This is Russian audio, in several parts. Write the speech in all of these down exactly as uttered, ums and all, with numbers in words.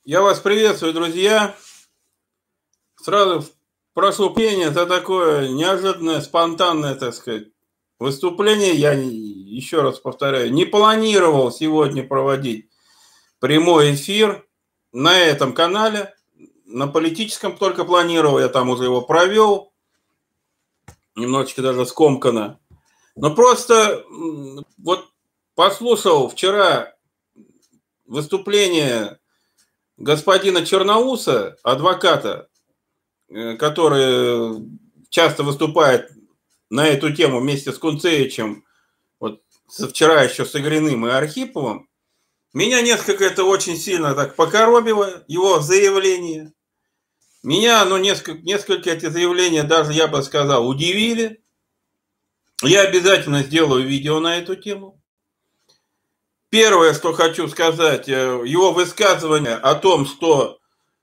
Я вас приветствую, друзья. Сразу прошу прощения за такое неожиданное, спонтанное, так сказать, выступление. Я, еще раз повторяю, не планировал сегодня проводить прямой эфир на этом канале. На политическом только планировал, я там уже его провел. Немножечко даже скомканно. Но просто вот послушал вчера выступление господина Черноуса, адвоката, который часто выступает на эту тему вместе с Кунцевичем, вот вчера еще с Игриным и Архиповым, меня несколько это очень сильно так покоробило, его заявление. Меня, ну, несколько, несколько эти заявления даже, я бы сказал, удивили. Я обязательно сделаю видео на эту тему. Первое, что хочу сказать, его высказывание о том, что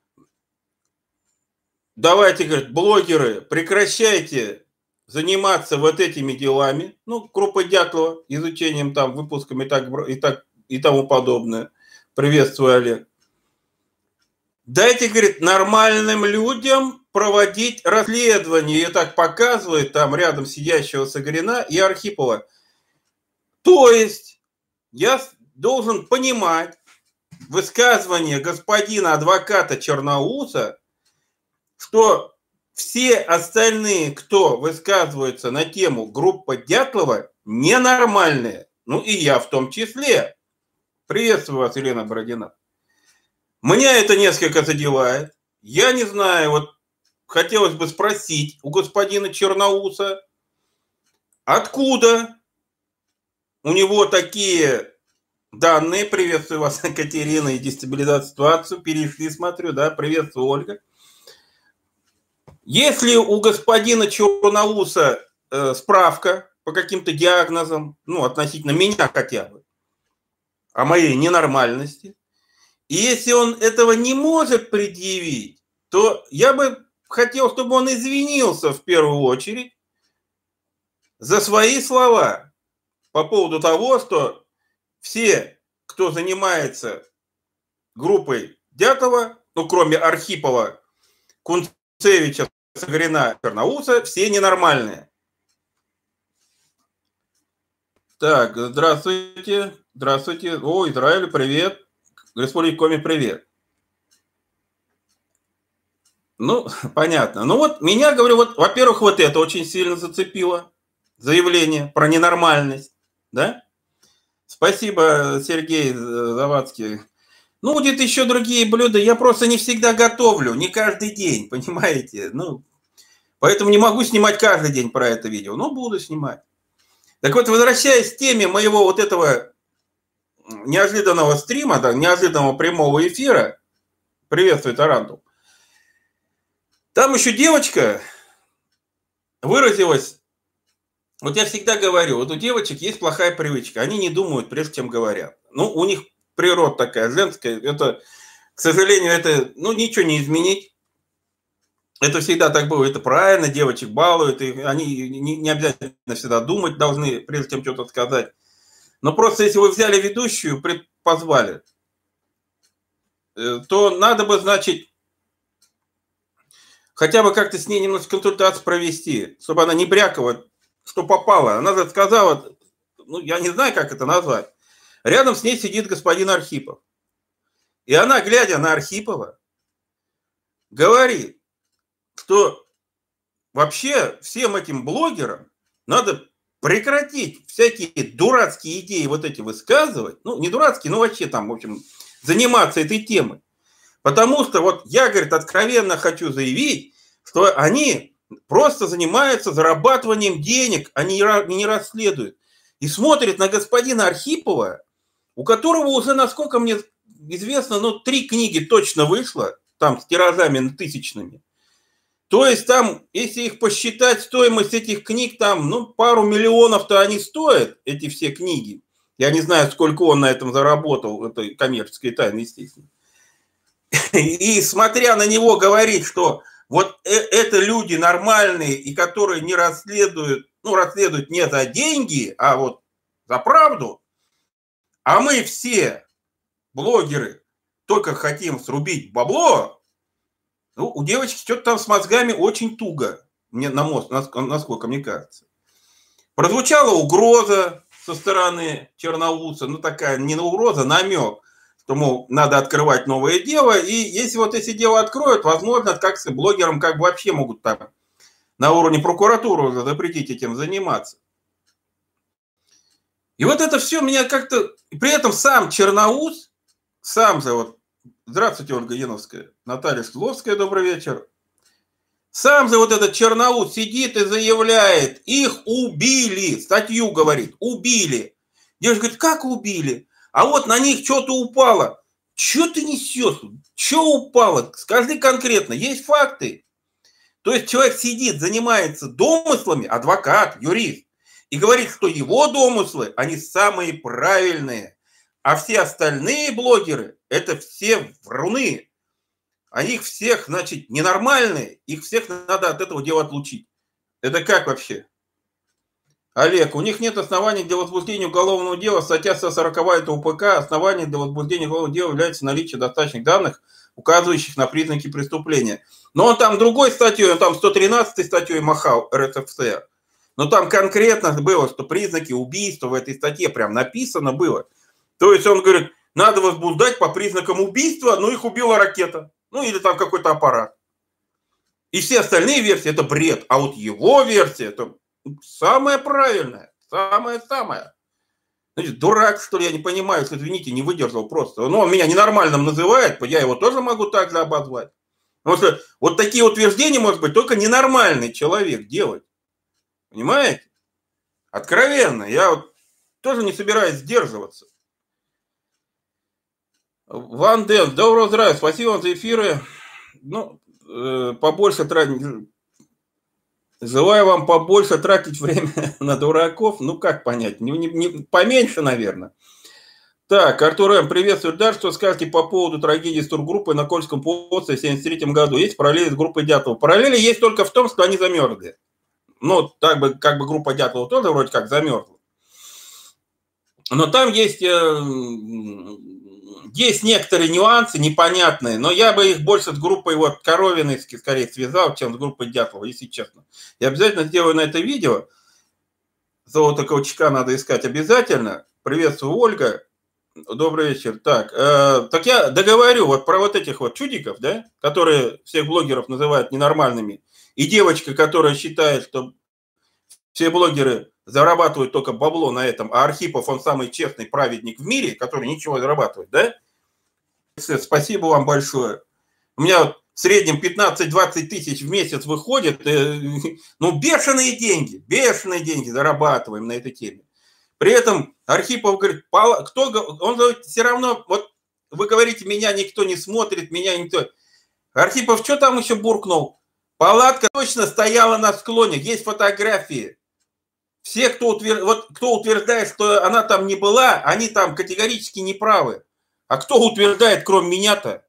давайте, говорит, блогеры, прекращайте заниматься вот этими делами, ну, группа Дятлова, изучением там, выпусками и так, и так и тому подобное. Приветствую, Олег. Дайте, говорит, нормальным людям проводить расследование. И так показывает там рядом сидящего Сагрина и Архипова. То есть я должен понимать высказывание господина адвоката Черноуса, что все остальные, кто высказывается на тему группы Дятлова, ненормальные. Ну и я в том числе. Приветствую вас, Елена Бородина. Меня это несколько задевает. Я не знаю, вот хотелось бы спросить у господина Черноуса, откуда у него такие данные. Приветствую вас, Екатерина, и дестабилизацию ситуацию. Перешли, смотрю, да, приветствую, Ольга. Если у господина Черноуса э, справка по каким-то диагнозам, ну, относительно меня хотя бы, о моей ненормальности, и если он этого не может предъявить, то я бы хотел, чтобы он извинился в первую очередь за свои слова по поводу того, что все, кто занимается группой Дятлова, ну, кроме Архипова, Кунцевича, Сагрина, Черноуса, все ненормальные. Так, здравствуйте, здравствуйте. О, Израиль, привет. Республика Коми, привет. Ну, понятно. Ну вот, меня, говорю, вот, во-первых, вот это очень сильно зацепило. Заявление про ненормальность, да? Спасибо, Сергей Завадский. Ну, будет еще другие блюда. Я просто не всегда готовлю, не каждый день, понимаете? Ну, поэтому не могу снимать каждый день про это видео, но буду снимать. Так вот, возвращаясь к теме моего вот этого неожиданного стрима, да, неожиданного прямого эфира, приветствую, Тарантул. Там еще девочка выразилась. Вот я всегда говорю, вот у девочек есть плохая привычка. Они не думают, прежде чем говорят. Ну, у них природа такая женская. Это, к сожалению, это, ну, ничего не изменить. Это всегда так было. Это правильно, девочек балуют. И они не, не обязательно всегда думать должны, прежде чем что-то сказать. Но просто если вы взяли ведущую, позвали, то надо бы, значит, хотя бы как-то с ней немножко консультацию провести, чтобы она не брякала, что попало. Она сказала, ну, я не знаю, как это назвать. Рядом с ней сидит господин Архипов. И она, глядя на Архипова, говорит, что вообще всем этим блогерам надо прекратить всякие дурацкие идеи вот эти высказывать. Ну, не дурацкие, но вообще там, в общем, заниматься этой темой. Потому что вот я, говорит, откровенно хочу заявить, что они просто занимаются зарабатыванием денег, они не расследуют. И смотрят на господина Архипова, у которого уже, насколько мне известно, ну, три книги точно вышло, там с тиражами тысячными. То есть там, если их посчитать, стоимость этих книг, там, ну, пару миллионов-то они стоят, эти все книги. Я не знаю, сколько он на этом заработал, это коммерческая тайна, естественно. И смотря на него говорить, что вот это люди нормальные и которые не расследуют, ну, расследуют не за деньги, а вот за правду, а мы все блогеры только хотим срубить бабло, ну, у девочки что-то там с мозгами очень туго, мне на мозг, насколько мне кажется. Прозвучала угроза со стороны Черноуса, ну такая не угроза, намек, что, мол, надо открывать новое дело, и если вот эти дела откроют, возможно, как с блогером как бы вообще могут там на уровне прокуратуры запретить этим заниматься. И вот это все меня как-то... При этом сам Черноус, сам же вот... Здравствуйте, Ольга Яновская. Наталья Шкловская, добрый вечер. Сам же вот этот Черноус сидит и заявляет, их убили, статью говорит, убили. Девушка говорит, как убили? А вот на них что-то упало. Что ты несешь? Что упало? Скажи конкретно, есть факты? То есть человек сидит, занимается домыслами, адвокат, юрист, и говорит, что его домыслы, они самые правильные, а все остальные блогеры, это все вруны. Они их всех, значит, ненормальные, их всех надо от этого дела отлучить. Это как вообще? Олег, у них нет оснований для возбуждения уголовного дела. Статья сто сорок это УПК. Основанием для возбуждения уголовного дела является наличие достаточных данных, указывающих на признаки преступления. Но он там другой статьей, он там сто тринадцатой статьей махал эр эс эф эс. Но там конкретно было, что признаки убийства в этой статье прям написано было. То есть он говорит, надо возбуждать по признакам убийства, но их убила ракета. Ну, или там какой-то аппарат. И все остальные версии – это бред. А вот его версия – это самая правильная. Самая-самая. Значит, дурак, что ли, я не понимаю, что, извините, не выдержал просто. Ну, он меня ненормальным называет, я его тоже могу так же обозвать. Потому что вот такие утверждения, может быть, только ненормальный человек делать. Понимаете? Откровенно. Я вот тоже не собираюсь сдерживаться. Ван Ден, доброго здравия, спасибо вам за эфиры. Ну, э, побольше тратить, желаю вам побольше тратить время на дураков. Ну, как понять, не, не, не, поменьше, наверное. Так, Артур М, приветствую, да, что скажете по поводу трагедии с тургруппой на Кольском полуострове в семьдесят третьем году? Есть параллели с группой Дятлова? Параллели есть только в том, что они замерзли. Ну, так бы, как бы группа Дятлова тоже вроде как замерзла. Но там есть... Э, Есть некоторые нюансы непонятные, но я бы их больше с группой вот Коровиной скорее связал, чем с группой Дятлова, если честно. Я обязательно сделаю на это видео. Золото Колчака надо искать обязательно. Приветствую, Ольга. Добрый вечер. Так, э, так я договорю вот про вот этих вот чудиков, да, которые всех блогеров называют ненормальными. И девочка, которая считает, что все блогеры зарабатывают только бабло на этом, а Архипов, он самый честный праведник в мире, который ничего не зарабатывает, да? Спасибо вам большое. У меня вот в среднем пятнадцать-двадцать тысяч в месяц выходит. Ну, бешеные деньги, бешеные деньги зарабатываем на этой теме. При этом Архипов говорит, кто, он говорит, все равно, вот вы говорите, меня никто не смотрит, меня никто... Архипов что там еще буркнул? Палатка точно стояла на склоне, есть фотографии. Все, кто, утвер... вот, кто утверждает, что она там не была, они там категорически неправы. А кто утверждает, кроме меня-то?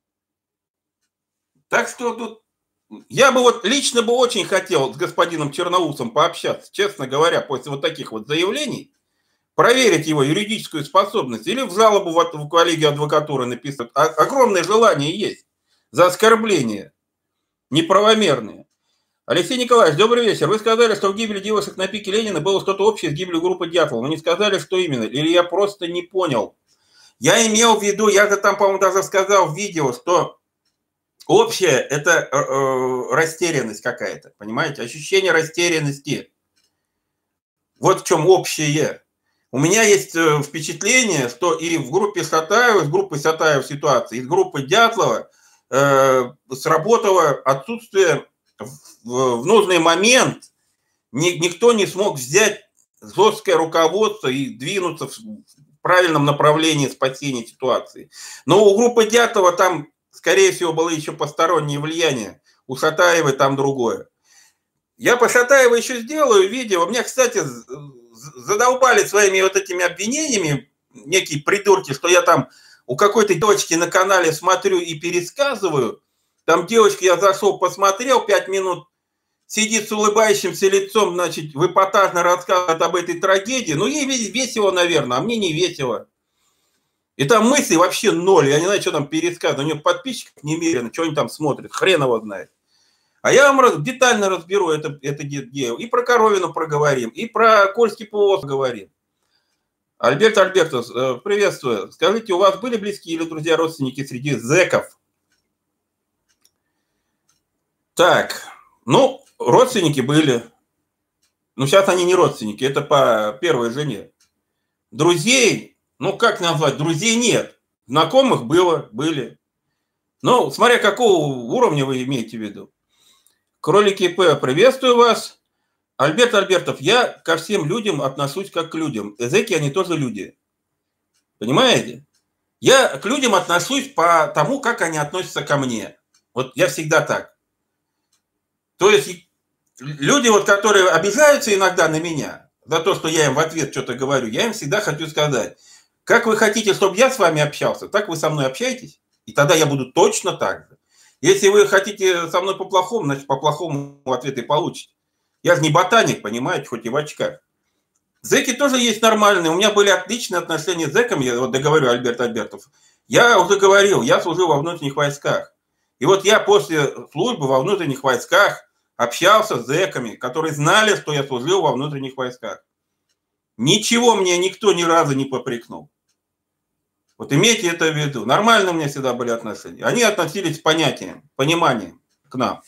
Так что тут... Я бы вот лично бы очень хотел с господином Черноусом пообщаться, честно говоря, после вот таких вот заявлений, проверить его юридическую способность или в жалобу в, в коллегию адвокатуры написать. А, огромное желание есть за оскорбления неправомерные. Алексей Николаевич, добрый вечер. Вы сказали, что в гибели девушек на пике Ленина было что-то общее с гибелью группы Дятлова. Но не сказали, что именно. Или я просто не понял. Я имел в виду, я же там, по-моему, даже сказал в видео, что общее – это э, э, растерянность какая-то. Понимаете? Ощущение растерянности. Вот в чем общее. У меня есть э, впечатление, что и в группе Сатаева, с группой Сатаева ситуация, и с группой Дятлова э, сработало отсутствие... в нужный момент никто не смог взять жесткое руководство и двинуться в правильном направлении спасения ситуации. Но у группы Дятлова там, скорее всего, было еще постороннее влияние. У Шатаевой там другое. Я по Шатаевой еще сделаю видео. Меня, кстати, задолбали своими вот этими обвинениями некие придурки, что я там у какой-то девочки на канале смотрю и пересказываю. Там девочка, я зашел, посмотрел пять минут, сидит с улыбающимся лицом, значит, в эпатажно рассказывает об этой трагедии. Ну, ей весело, наверное, а мне не весело. И там мысли вообще ноль. Я не знаю, что там пересказывать. У него подписчиков немерено, что они там смотрят. Хрен его знает. А я вам детально разберу это, это дело. И про Коровину проговорим, и про Кольский полуостров говорим. Альберт Альбертович, приветствую. Скажите, у вас были близкие или друзья, родственники среди зэков? Так, ну, родственники были. Ну, сейчас они не родственники, это по первой жене. Друзей, ну, как назвать, друзей нет. Знакомых было, были. Ну, смотря какого уровня вы имеете в виду. Кролики П, приветствую вас. Альберт Альбертов, я ко всем людям отношусь как к людям. Зэки, они тоже люди. Понимаете? Я к людям отношусь по тому, как они относятся ко мне. Вот я всегда так. То есть люди, вот, которые обижаются иногда на меня за то, что я им в ответ что-то говорю, я им всегда хочу сказать, как вы хотите, чтобы я с вами общался, так вы со мной общаетесь, и тогда я буду точно так же. Если вы хотите со мной по-плохому, значит, по-плохому ответ и получите. Я же не ботаник, понимаете, хоть и в очках. Зэки тоже есть нормальные. У меня были отличные отношения с зэками, я вот договорю, Альберт Альбертов. Я уже говорил, я служил во внутренних войсках. И вот я после службы во внутренних войсках общался с зэками, которые знали, что я служил во внутренних войсках. Ничего мне никто ни разу не попрекнул. Вот имейте это в виду. Нормально у меня всегда были отношения. Они относились с понятием, пониманием к нам.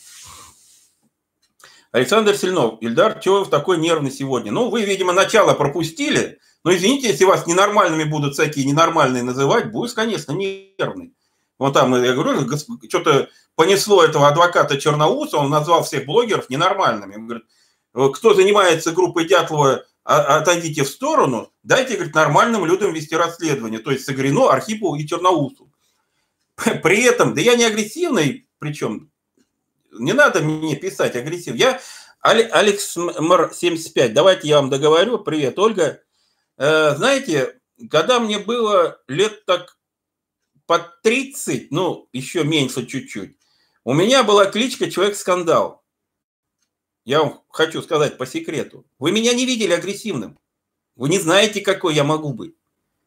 Александр Сильнов. Ильдар, чего вы в такой нервный сегодня? Ну, вы, видимо, начало пропустили. Но извините, если вас ненормальными будут всякие ненормальные называть, будет, конечно, нервный. Вот там, я говорю, что-то понесло этого адвоката Черноуса, он назвал всех блогеров ненормальными. Он говорит, кто занимается группой Дятлова, отойдите в сторону, дайте, говорит, нормальным людям вести расследование. То есть Сагрину, Архипову и Черноусу. При этом, да я не агрессивный, причем... Не надо мне писать агрессивно. Я Алекс Мр семьдесят пять. Давайте я вам договорю. Привет, Ольга. Э, знаете, когда мне было лет так под тридцать, ну, еще меньше чуть-чуть, у меня была кличка Человек-скандал. Я вам хочу сказать по секрету. Вы меня не видели агрессивным. Вы не знаете, какой я могу быть.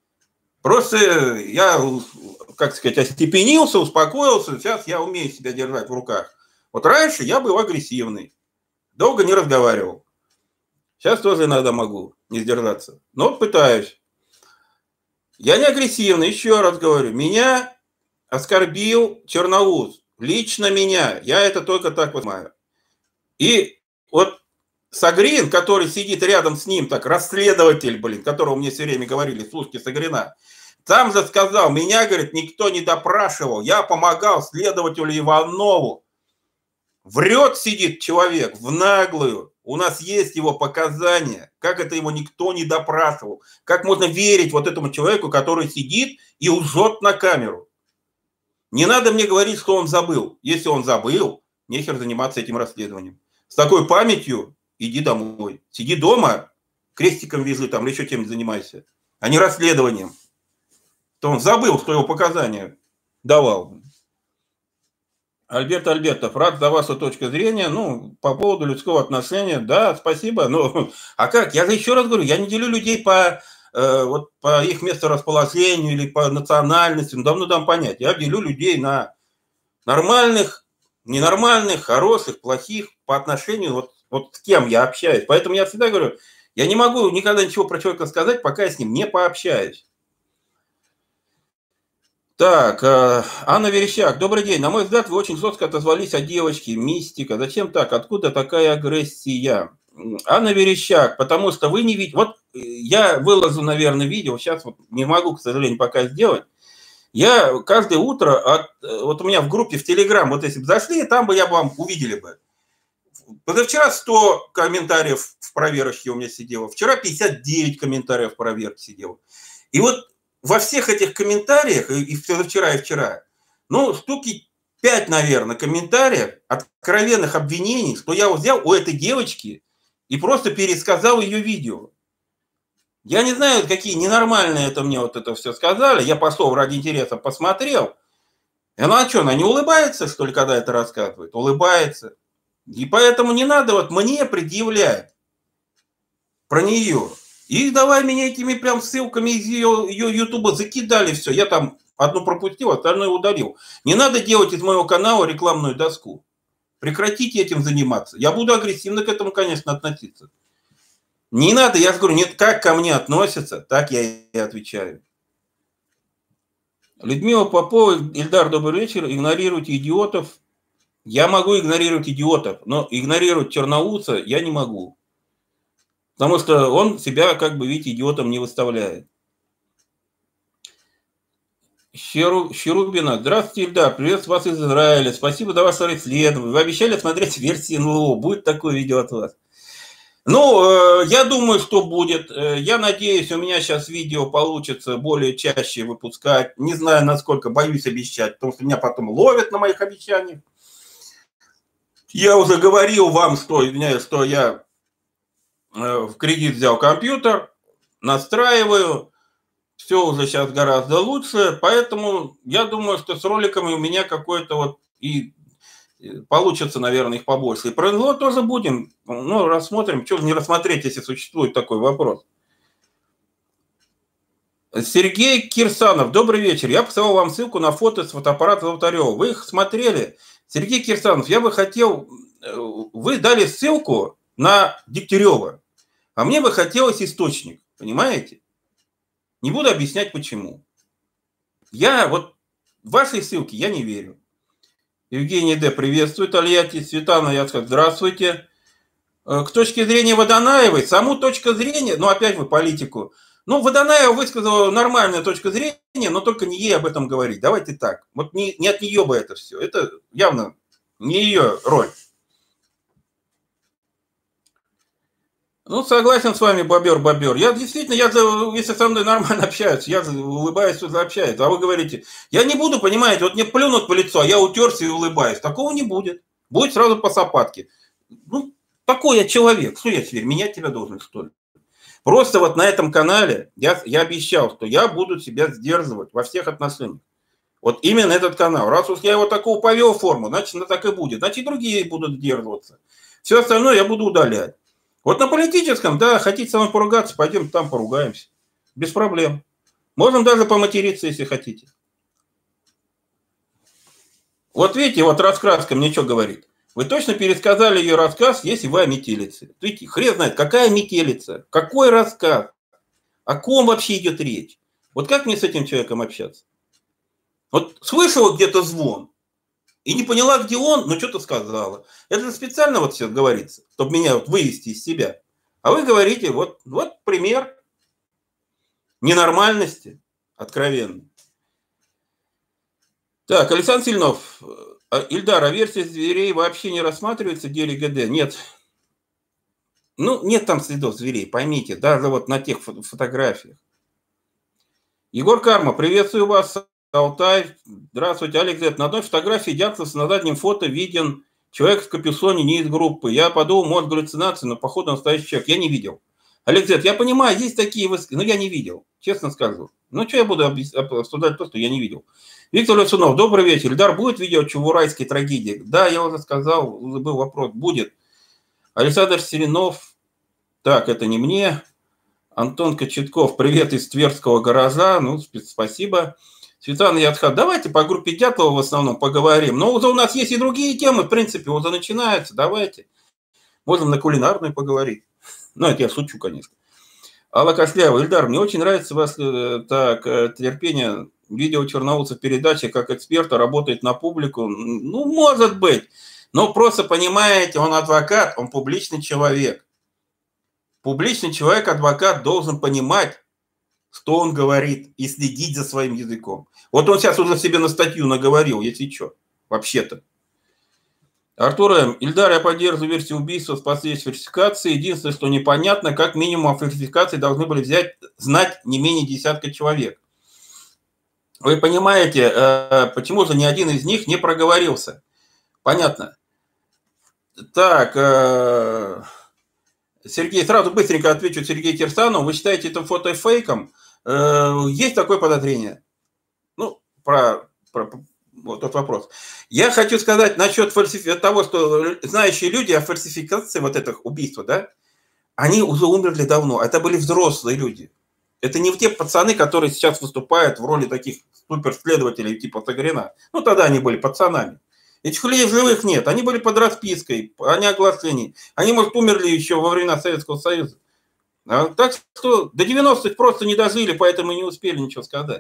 Просто я, как сказать, остепенился, успокоился. Сейчас я умею себя держать в руках. Вот раньше я был агрессивный, долго не разговаривал. Сейчас тоже иногда могу не сдержаться, но пытаюсь. Я не агрессивный, еще раз говорю. Меня оскорбил Черноус, лично меня. Я это только так вот понимаю. И вот Сагрин, который сидит рядом с ним, так, расследователь, блин, которого мне все время говорили, слушайте, Сагрина, там же сказал, меня, говорит, никто не допрашивал, я помогал следователю Иванову. Врет сидит человек в наглую. У нас есть его показания. Как это его никто не допрашивал. Как можно верить вот этому человеку, который сидит и лжет на камеру. Не надо мне говорить, что он забыл. Если он забыл, нехер заниматься этим расследованием. С такой памятью иди домой. Сиди дома, крестиком вяжи там или еще чем-нибудь занимайся. А не расследованием. То он забыл, что его показания давал. Альберт Альбертов, рад за вашу точку зрения. Ну, по поводу людского отношения, да, спасибо. Ну, а как? Я же еще раз говорю, я не делю людей по, э, вот, по их месторасположению или по национальности. Ну, давно дам понять. Я делю людей на нормальных, ненормальных, хороших, плохих по отношению вот, вот с кем я общаюсь. Поэтому я всегда говорю, я не могу никогда ничего про человека сказать, пока я с ним не пообщаюсь. Так, Анна Верещак, добрый день. На мой взгляд, вы очень жестко отозвались о девочке, мистика. Зачем так? Откуда такая агрессия? Анна Верещак, потому что вы не видите... Вот я выложу, наверное, видео, сейчас вот не могу, к сожалению, пока сделать. Я каждое утро, от, вот у меня в группе в Телеграм, вот если бы зашли, там бы я бы вам увидели бы. Позавчера сто комментариев в проверочке у меня сидело, вчера пятьдесят девять комментариев в проверке сидело. И вот во всех этих комментариях, и вчера, и вчера, ну, штуки пять, наверное, комментариев, откровенных обвинений, что я взял у этой девочки и просто пересказал ее видео. Я не знаю, какие ненормальные это мне вот это все сказали. Я пошел ради интереса, посмотрел. И она что, она не улыбается, что ли, когда это рассказывает? Улыбается. И поэтому не надо вот мне предъявлять про нее. И давай меня этими прям ссылками из ее, ее ютуба закидали все. Я там одну пропустил, остальное удалил. Не надо делать из моего канала рекламную доску. Прекратите этим заниматься. Я буду агрессивно к этому, конечно, относиться. Не надо, я же говорю, нет, как ко мне относятся, так я и отвечаю. Людмила Попова, Ильдар, добрый вечер. Игнорируйте идиотов. Я могу игнорировать идиотов, но игнорировать Черноуца я не могу. Потому что он себя, как бы, видите, идиотом не выставляет. Щеру, Щерубина. Здравствуйте, Ильдар. Приветствую вас из Израиля. Спасибо за ваше исследование. Вы обещали смотреть версии эн эл о. Будет такое видео от вас? Ну, я думаю, что будет. Я надеюсь, у меня сейчас видео получится более чаще выпускать. Не знаю, насколько, боюсь обещать, потому что меня потом ловят на моих обещаниях. Я уже говорил вам, что, извиняюсь, что я в кредит взял компьютер, настраиваю. Все уже сейчас гораздо лучше. Поэтому я думаю, что с роликами у меня какой-то вот и... Получится, наверное, их побольше. И про эн эл о тоже будем. Ну, рассмотрим. Чего не рассмотреть, если существует такой вопрос. Сергей Кирсанов. Добрый вечер. Я посылал вам ссылку на фото с фотоаппарата Золотарева. Вы их смотрели? Сергей Кирсанов, я бы хотел... Вы дали ссылку на Дегтярева. А мне бы хотелось источник. Понимаете? Не буду объяснять, почему. Я вот вашей ссылке я не верю. Евгений Д. приветствует. Тольятти. Светлана, я сказал, здравствуйте. К точке зрения Водонаевой, саму точку зрения, ну опять вы политику. Ну, Водонаева высказала нормальную точку зрения, но только не ей об этом говорить. Давайте так. Вот не, не от нее бы это все. Это явно не ее роль. Ну, согласен с вами, бобер, бобер. Я действительно, я, если со мной нормально общаются, я улыбаюсь, общаюсь. А вы говорите, я не буду, понимаете, вот мне плюнут по лицу, а я утерся и улыбаюсь. Такого не будет. Будет сразу по сапатке. Ну, такой я человек. Что я теперь, менять тебя должен, что ли? Просто вот на этом канале я, я обещал, что я буду себя сдерживать во всех отношениях. Вот именно этот канал. Раз уж я его такого повел форму, значит, ну, так и будет. Значит, другие будут сдерживаться. Все остальное я буду удалять. Вот на политическом, да, хотите со мной поругаться, пойдем там поругаемся. Без проблем. Можем даже поматериться, если хотите. Вот видите, вот раскраска мне что говорит. Вы точно пересказали ее рассказ, если вы о метелице. Видите, хрен знает, какая метелица, какой рассказ, о ком вообще идет речь. Вот как мне с этим человеком общаться? Вот слышала где-то звон и не поняла, где он, но что-то сказала. Это же специально вот сейчас говорится, чтобы меня вот вывести из себя. А вы говорите, вот, вот пример ненормальности откровенной. Так, Александр Сильнов. Ильдар, а версия зверей вообще не рассматривается в деле гэ дэ? Нет. Ну, нет там следов зверей, поймите, даже вот на тех фо- фотографиях. Егор Карма, приветствую вас. Алтай. Здравствуйте, Алекс Зет. На одной фотографии Дятловса на заднем фото виден человек в капюшоне не из группы. Я подумал, может, галлюцинация, но походу настоящий человек. Я не видел. Алекс Зет, я понимаю, есть такие высказывания, но я не видел, честно скажу. Ну, что я буду обсуждать то, что я не видел. Виктор Лесунов, добрый вечер. Ильдар, будет видео чувурайской трагедии? Да, я уже сказал, был вопрос, будет. Александр Селенов, так, это не мне. Антон Кочетков, привет из Тверского гаража, ну, спасибо. Светлана Ядхат, давайте по группе Дятлова в основном поговорим. Но уже у нас есть и другие темы, в принципе, уже начинаются, давайте. Можем на кулинарную поговорить. Ну, это я шучу, конечно. Алла Кошляева, Ильдар, мне очень нравится вас так, терпение видео Черноуца в передаче как эксперта, работает на публику. Ну, может быть. Но просто, понимаете, он адвокат, он публичный человек. Публичный человек, адвокат, должен понимать, что он говорит, и следить за своим языком. Вот он сейчас уже себе на статью наговорил, если что, вообще-то. Артур М. Ильдар, я поддерживаю версию убийства с последующей фальсификацией. Единственное, что непонятно, как минимум о фальсификации должны были взять, знать не менее десятка человек. Вы понимаете, почему же ни один из них не проговорился? Понятно. Так, Сергей, сразу быстренько отвечу Сергею Кирсанову. Вы считаете это фото фейком? Есть такое подозрение? Ну, про, про вот тот вопрос. Я хочу сказать насчет фальсифи... того, что знающие люди о фальсификации вот этих убийств, да, они уже умерли давно. Это были взрослые люди. Это не те пацаны, которые сейчас выступают в роли таких суперследователей типа Тагрина. Ну, тогда они были пацанами. Этих людей живых нет. Они были под распиской, они оглашены. Они, может, умерли еще во времена Советского Союза. А, так что до девяностых просто не дожили, поэтому не успели ничего сказать.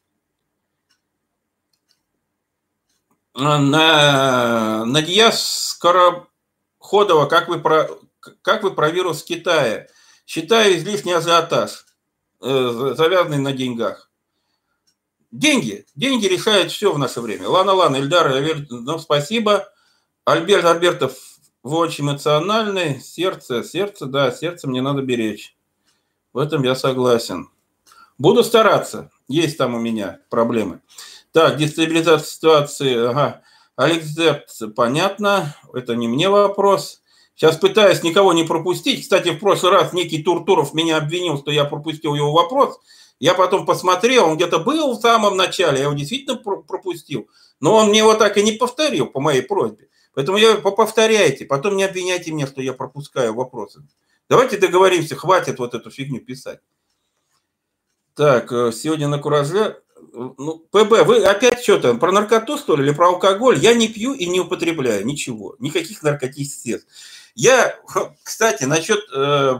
На, Надия Скороходова, как вы, про, как вы про вирус Китая? Считаю излишний ажиотаж, э, завязанный на деньгах. Деньги. Деньги решают все в наше время. Ладно, ладно, Эльдар, ну, спасибо. Альберт Альбертов, вы очень эмоциональный. Сердце, сердце, да, сердце мне надо беречь. В этом я согласен. Буду стараться. Есть там у меня проблемы. Так, дестабилизация ситуации. Ага. Алекс, понятно. Это не мне вопрос. Сейчас пытаюсь никого не пропустить. Кстати, в прошлый раз некий Туртуров меня обвинил, что я пропустил его вопрос. Я потом посмотрел, он где-то был в самом начале, я его действительно пропустил. Но он мне его так и не повторил по моей просьбе. Поэтому я повторяйте, потом не обвиняйте меня, что я пропускаю вопросы. Давайте договоримся, хватит вот эту фигню писать. Так, сегодня на кураже. Ну, ПБ, вы опять что-то про наркоту, что ли, или про алкоголь? Я не пью и не употребляю ничего, никаких наркотических средств. Я, кстати, насчет э,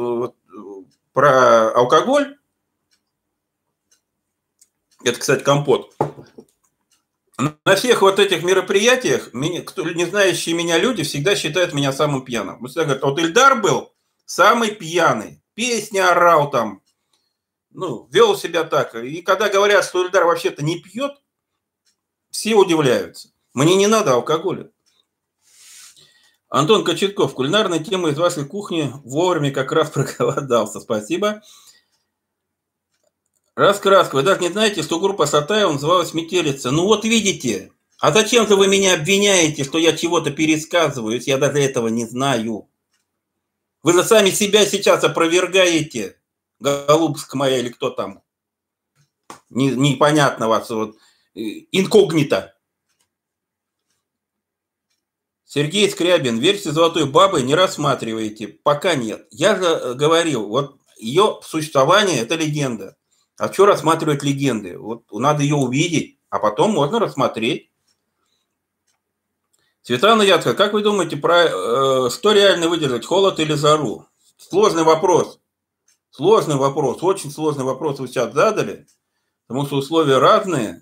про алкоголь, это, кстати, компот. На всех вот этих мероприятиях, меня, кто, не знающие меня люди всегда считают меня самым пьяным. Всегда говорят, вот Эльдар был самый пьяный, песни орал там, ну, вел себя так. И когда говорят, что Эльдар вообще-то не пьет, все удивляются. Мне не надо алкоголя. Антон Кочетков, кулинарная тема из вашей кухни, вовремя как раз проголодался. Спасибо. Раскраска. Вы даже не знаете, что группа Сатаева называлась «Метелица». Ну вот видите. А зачем же вы меня обвиняете, что я чего-то пересказываю, если я даже этого не знаю? Вы же сами себя сейчас опровергаете, голубушка моя или кто там. Не, непонятно вас. Вот, инкогнито. Сергей Скрябин. Версию «Золотой бабы» не рассматриваете. Пока нет. Я же говорил, вот ее существование – это легенда. А что рассматривать легенды? Вот надо ее увидеть, а потом можно рассмотреть. Светлана Ядка, как вы думаете, про э, что реально выдержать, холод или жару? Сложный вопрос. Сложный вопрос, очень сложный вопрос вы сейчас задали, потому что условия разные.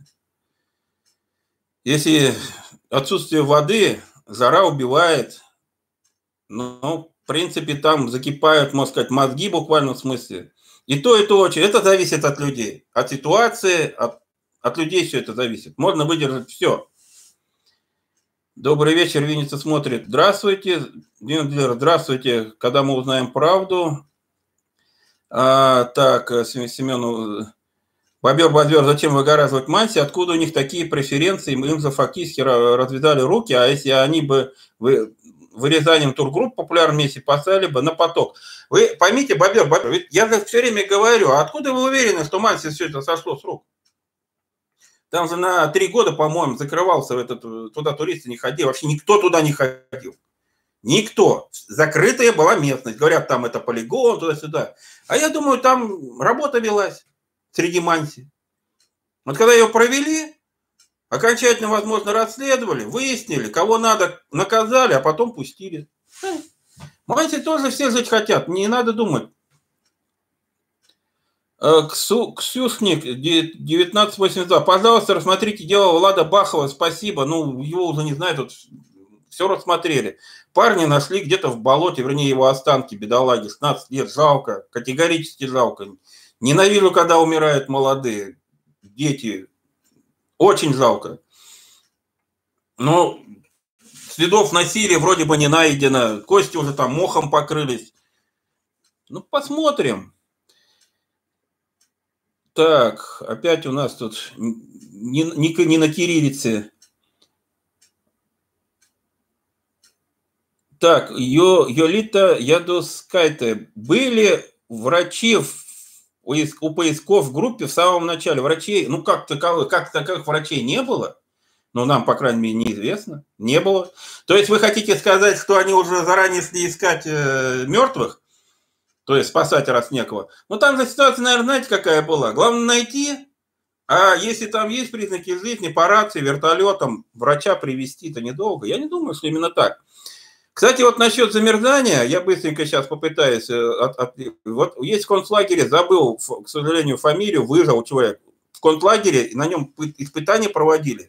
Если отсутствие воды, жара убивает. Ну, в принципе, там закипают, можно сказать, мозги в буквальном смысле. И то, и то очень. Это зависит от людей. От ситуации, от, от людей все это зависит. Можно выдержать все. Добрый вечер, Винница смотрит. Здравствуйте. Здравствуйте, когда мы узнаем правду. А, так, Семену. Бобер-бобер, зачем выгораживать Манси? Откуда у них такие преференции? Им же фактически развязали руки, а если они бы вырезанием тургрупп популярном месте поставили бы на поток. Вы поймите, Бобер, Бобер, я же все время говорю, а откуда вы уверены, что Манси все это сошло с рук? Там же на три года, по-моему, закрывался этот, туда туристы не ходили, вообще никто туда не ходил. Никто. Закрытая была местность. Говорят, там это полигон, туда-сюда. А я думаю, там работа велась среди Манси. Вот когда ее провели, окончательно, возможно, расследовали, выяснили, кого надо, наказали, а потом пустили. Манси тоже все жить хотят, не надо думать. Ксу, Ксюшник, девятнадцать восемьдесят два. Пожалуйста, рассмотрите дело Влада Бахова, спасибо. Ну, его уже не знаю, тут все рассмотрели. Парня нашли где-то в болоте, вернее, его останки, бедолаги, шестнадцать лет, жалко, категорически жалко. Ненавижу, когда умирают молодые дети. Очень жалко. Но следов насилия вроде бы не найдено. Кости уже там мохом покрылись. Ну, посмотрим. Так, опять у нас тут не, не, не на кириллице. Так, Йо, Йолита Ядускайте. Были врачи в, у поисков в группе в самом начале. Врачей, ну как таковых, как таковых врачей не было. Но нам, по крайней мере, неизвестно. Не было. То есть вы хотите сказать, что они уже заранее шли искать э, мертвых? То есть спасать раз некого. Но там же ситуация, наверное, знаете, какая была? Главное найти, а если там есть признаки жизни, по рации, вертолетом, врача привезти, то недолго. Я не думаю, что именно так. Кстати, вот насчет замерзания, я быстренько сейчас попытаюсь. От, от, вот есть в концлагере, забыл, к сожалению, фамилию, выжил человек. В концлагере на нем испытания проводили.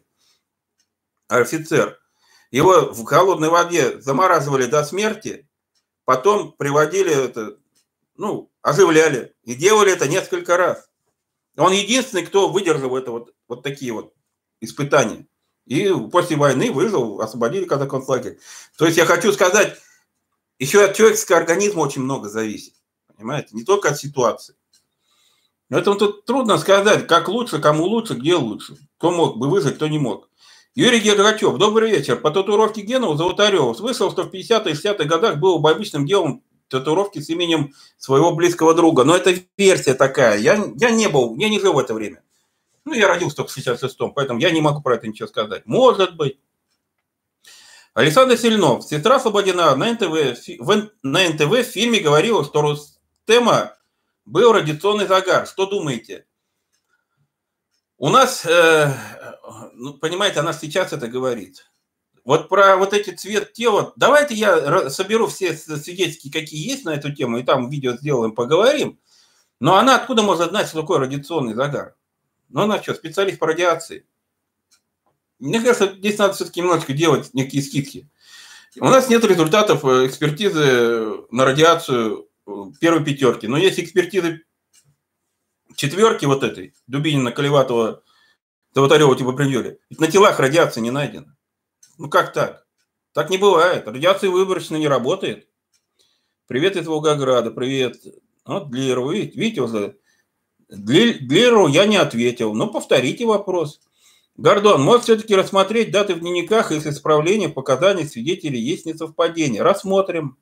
Офицер. Его в холодной воде замораживали до смерти, потом приводили это, ну, оживляли. И делали это несколько раз. Он единственный, кто выдержал это вот, вот такие вот испытания. И после войны выжил, освободили когда концлагерь. То есть я хочу сказать, еще от человеческого организма очень много зависит. Понимаете? Не только от ситуации. Поэтому тут трудно сказать, как лучше, кому лучше, где лучше. Кто мог бы выжить, кто не мог. Юрий Гергачев, добрый вечер. По татуировке Генова Золотарева слышал, что в пятидесятых и шестидесятых годах было бы обычным делом татуировки с именем своего близкого друга. Но это версия такая. Я, я не был, я не жил в это время. Ну, я родился только в шестьдесят шестом, поэтому я не могу про это ничего сказать. Может быть. Александр Сильнов. Сестра Слободина на эн тэ вэ, в, на эн тэ вэ в фильме говорила, что Рустема был радиационный загар. Что думаете? У нас, э, ну, понимаете, она сейчас это говорит. Вот про вот эти цвет тела. Давайте я соберу все свидетельства, какие есть на эту тему, и там видео сделаем, поговорим. Но она откуда может знать, что такое радиационный загар? Ну, она что, специалист по радиации? Мне кажется, здесь надо все-таки немножечко делать некие скидки. У нас нет результатов экспертизы на радиацию первой пятерки. Но есть экспертизы четверки вот этой, Дубинина, Колеватова, Золотарева, типа привели. Ведь на телах радиации не найдено. Ну, как так? Так не бывает. Радиация выборочно не работает. Привет из Волгограда, привет. Вот Длеру, видите, видите уже... Длеру я не ответил. Но повторите вопрос. Гордон, может все-таки рассмотреть даты в дневниках, если исправление показаний свидетелей есть несовпадение? Рассмотрим.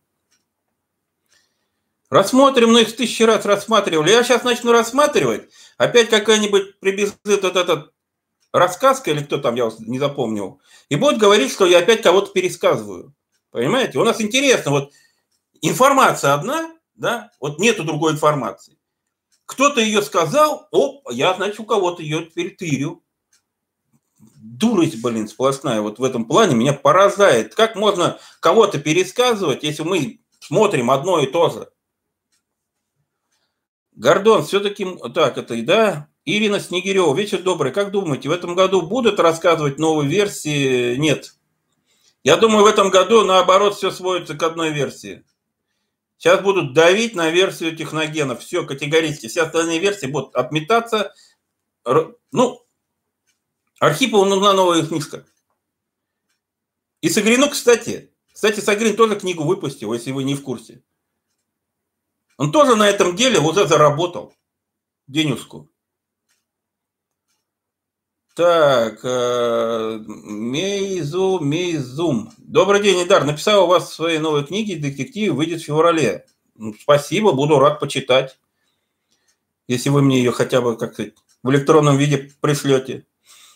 Рассмотрим, но их тысячи раз рассматривали. Я сейчас начну рассматривать. Опять какая-нибудь прибежит вот этот рассказка, или кто там, я не запомнил, и будет говорить, что я опять кого-то пересказываю. Понимаете? У нас интересно, вот информация одна, да, вот нету другой информации. Кто-то ее сказал, оп, я, значит, у кого-то ее теперь тырю. Дурость, блин, сплошная вот в этом плане меня поражает. Как можно кого-то пересказывать, если мы смотрим одно и то же? Гордон, все-таки, так, это и да. Ирина Снегирева, вечер добрый. Как думаете, в этом году будут рассказывать новые версии? Нет. Я думаю, в этом году, наоборот, все сводится к одной версии. Сейчас будут давить на версию техногенов. Все, категорически. Все остальные версии будут отметаться. Ну, Архипову нужна новая книжка. И Сагрину, кстати. Кстати, Сагрин тоже книгу выпустил, если вы не в курсе. Он тоже на этом деле уже заработал денежку. Так, э, Мейзу, Мейзум. Добрый день, Идар. Написал у вас в своей новой книге «Детектив» выйдет в феврале. Спасибо, буду рад почитать. Если вы мне ее хотя бы как-то в электронном виде пришлете.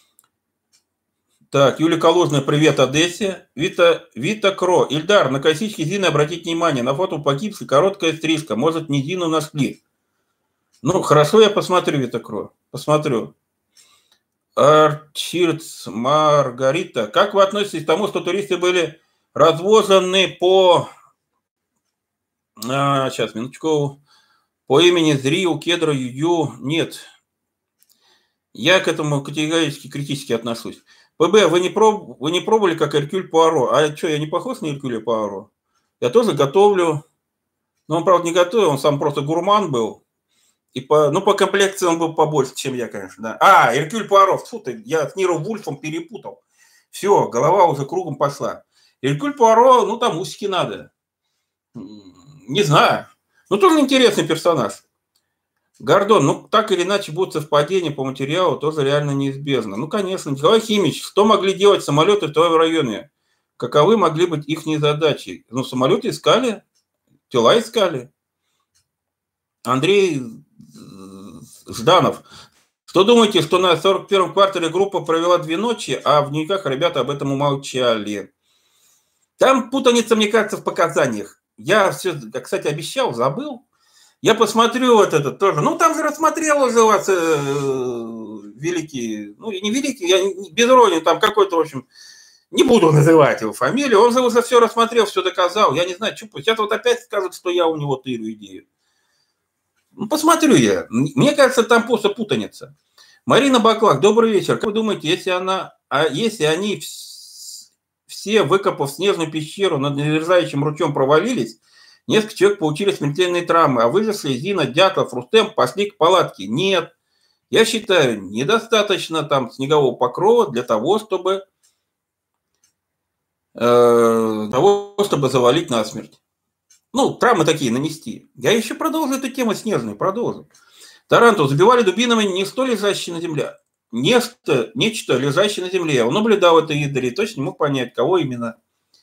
Так, Юлия Калужная, привет, Одессе. Вита, Вита Кро. Ильдар, на косичке Зины обратите внимание. На фото погибшей короткая стрижка. Может, не Зину нашли. Ну, хорошо, я посмотрю, Вита Кро. Посмотрю. Арчирц Маргарита. Как вы относитесь к тому, что туристы были развозаны по... А, сейчас, минуточку. По имени Зриу, Кедра, Юю? Нет. Я к этому категорически критически отношусь. ПБ, вы не, проб... вы не пробовали, как Эркюль Пуаро? А что, я не похож на Эркюля Пуаро? Я тоже готовлю. Но он, правда, не готовил, он сам просто гурман был. И по, ну, по комплекции он был побольше, чем я, конечно. Да. А, Эркюль Пуаро, фу ты, я с Ниро Вульфом перепутал. Все, голова уже кругом пошла. Эркюль Пуаро, ну, там усики надо. Не знаю. Ну, тоже интересный персонаж. Гордон, ну, так или иначе будут совпадения по материалу, тоже реально неизбежно. Ну, конечно. Николай Химич, что могли делать самолеты в твоем районе? Каковы могли быть их задачи? Ну, самолеты искали, тела искали. Андрей Жданов. Что думаете, что на сорок первом квартале группа провела две ночи, а в дневниках ребята об этом умолчали? Там путаница, мне кажется, в показаниях. Я все, кстати, обещал, забыл. Я посмотрю вот этот тоже. Ну, там же рассмотрел уже у вас э, великий, ну, не великий, я не, без иронии, там какой-то, в общем, не буду называть его фамилию, он же уже все рассмотрел, все доказал. Я не знаю, что, сейчас вот опять скажут, что я у него тырю идею. Ну, посмотрю я. Мне кажется, там просто путаница. Марина Баклак, добрый вечер. Как вы думаете, если она, а если они все, выкопав снежную пещеру над нерезающим ручьем, провалились, несколько человек получили смертельные травмы, а выжившие Зина, Дятлов, Рустем пошли к палатке? Нет. Я считаю, недостаточно там снегового покрова для того, чтобы, э, того, чтобы завалить насмерть. Ну, травмы такие нанести. Я еще продолжу эту тему снежную, продолжу. Тарантул забивали дубинами не что лежащее на земле, нечто, нечто лежащее на земле. Он наблюдал это издали и точно не мог понять, кого именно.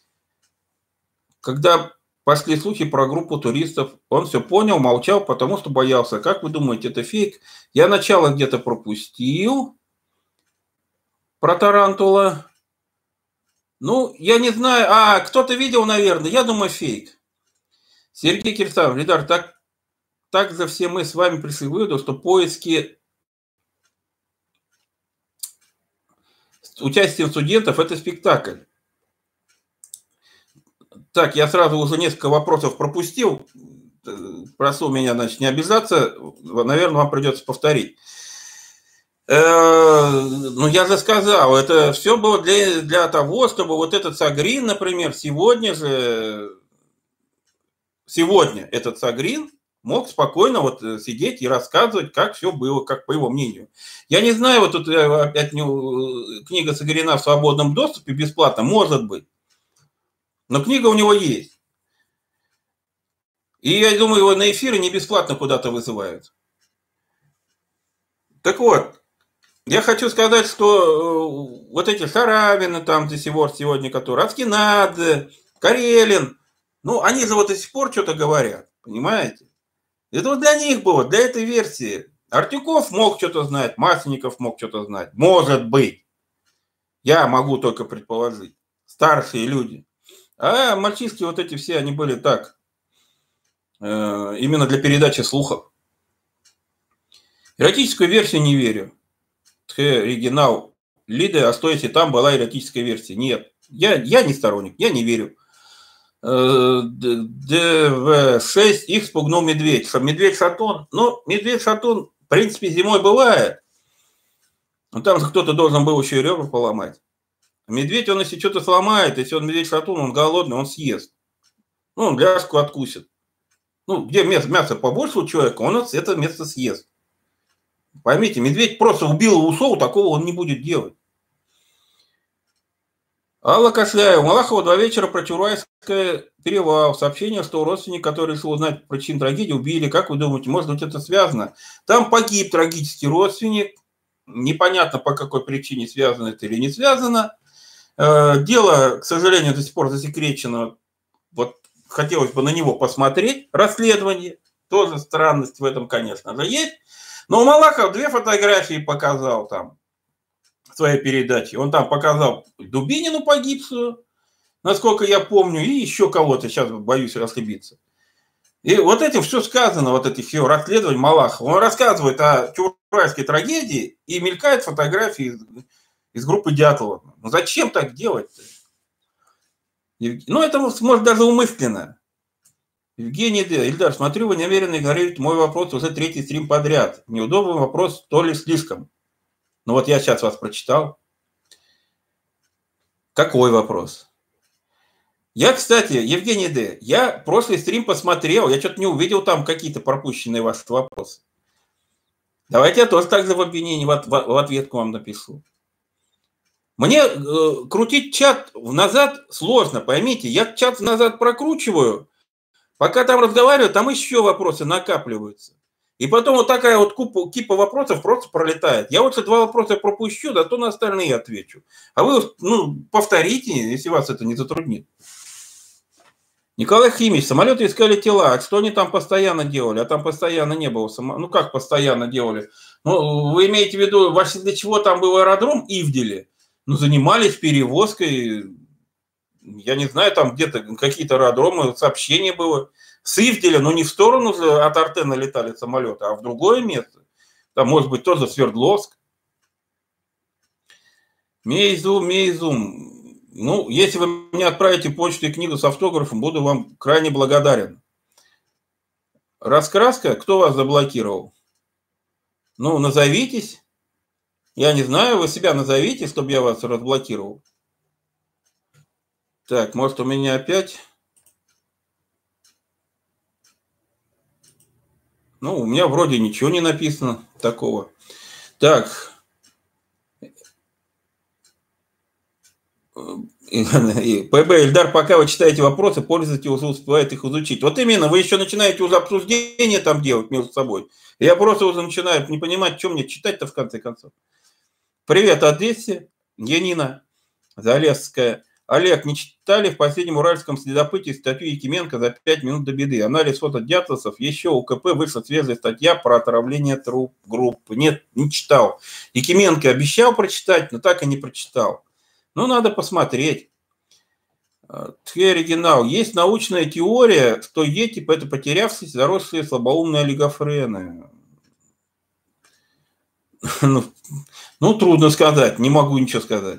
Когда пошли слухи про группу туристов, он все понял, молчал, потому что боялся. Как вы думаете, это фейк? Я начало где-то пропустил про Тарантула. Ну, я не знаю. А, кто-то видел, наверное. Я думаю, фейк. Сергей Кирсанов, Лидар, так, так же все мы с вами пришли к выводу, что поиски участием студентов – это спектакль. Так, я сразу уже несколько вопросов пропустил. Прошу меня, значит, не обижаться. Наверное, вам придется повторить. Ну, я же сказал, это все было для, для того, чтобы вот этот Сагрин, например, сегодня же, сегодня этот Сагрин мог спокойно вот сидеть и рассказывать, как все было, как по его мнению. Я не знаю, вот тут опять книга Сагрина в свободном доступе бесплатно, может быть. Но книга у него есть. И я думаю, его на эфиры не бесплатно куда-то вызывают. Так вот, я хочу сказать, что вот эти Шаравины там до сих пор сегодня, которые, Аскинадзе, Карелин, ну, они же вот до сих пор что-то говорят, понимаете? Это вот для них было, для этой версии. Артюков мог что-то знать, Масленников мог что-то знать. Может быть. Я могу только предположить. Старшие люди. А мальчишки вот эти все, они были так, э, именно для передачи слухов. Эротическую версию не верю. Оригинал Лиды, а что если там была эротическая версия? Нет, я, я не сторонник, я не верю. Д В шесть их спугнул медведь. Что, медведь-шатун? Ну, медведь-шатун, в принципе, зимой бывает. Но там же кто-то должен был еще и ребра поломать. Медведь, он если что-то сломает, если он медведь-шатун, он голодный, он съест. Ну, он ляжку откусит. Ну, где мясо, мясо побольше у человека, он это мясо съест. Поймите, медведь просто убил усов, такого он не будет делать. Алла Кошляева. Малахова два вечера про Чурайское перевал. Сообщение, что родственник, который решил узнать причину трагедии, убили. Как вы думаете, может быть, это связано? Там погиб трагический родственник. Непонятно, по какой причине связано это или не связано. Дело, к сожалению, до сих пор засекречено. Вот хотелось бы на него посмотреть. Расследование. Тоже странность в этом, конечно же, есть. Но Малахов две фотографии показал там в своей передаче. Он там показал Дубинину погибшую, насколько я помню, и еще кого-то, сейчас боюсь ошибиться. И вот этим все сказано, вот эти все расследования Малахова. Он рассказывает о чурайской трагедии и мелькает фотографии из, из группы Дятлова. Ну зачем так делать-то? Ну это может даже умышленно. Евгений Д. Ильдар, смотрю, вы намеренно игнорируете мой вопрос уже третий стрим подряд. Неудобный вопрос, то ли слишком. Ну вот я сейчас вас прочитал. Какой вопрос? Я, кстати, Евгений Д., я прошлый стрим посмотрел, я что-то не увидел там какие-то пропущенные ваши вопросы. Давайте я тоже так же в обвинении, в, в, в ответку вам напишу. Мне э, крутить чат назад сложно, поймите. Я чат назад прокручиваю, пока там разговариваю, там еще вопросы накапливаются. И потом вот такая вот купа, кипа вопросов просто пролетает. Я вот эти два вопроса пропущу, да то на остальные отвечу. А вы ну, повторите, если вас это не затруднит. Николай Химич, самолеты искали тела. А что они там постоянно делали? А там постоянно не было. Само... Ну как постоянно делали? Ну, вы имеете в виду, вообще для чего там был аэродром Ивделе? Ну, занимались перевозкой. Я не знаю, там где-то какие-то аэродромы, сообщение было. с Ивделя, но не в сторону от Артена летали самолеты, а в другое место. Там, может быть, тоже Свердловск. Мейзум, Мейзум. Ну, если вы мне отправите почту и книгу с автографом, буду вам крайне благодарен. Раскраска? Кто вас заблокировал? Ну, назовитесь. Я не знаю, вы себя назовите, чтобы я вас разблокировал. Так, может, у меня опять... Ну, у меня вроде ничего не написано такого. Так. ПБ, Ильдар, пока вы читаете вопросы, пользуйтесь, уже успевает их изучить. Вот именно, вы еще начинаете уже обсуждение там делать между собой. Я просто уже начинаю не понимать, что мне читать-то в конце концов. Привет, Одессе, Янина Залесская. Олег, не читали в последнем уральском следопыте статью Якименко за пять минут до беды? Анализ фото дятловцев. Еще у КП вышла свежая статья про отравление труп группы. Нет, не читал. Якименко обещал прочитать, но так и не прочитал. Ну, надо посмотреть. Оригинал. Есть научная теория, что Йети – это потерявшиеся, заросшие слабоумные олигофрены. Ну, ну, трудно сказать. Не могу ничего сказать.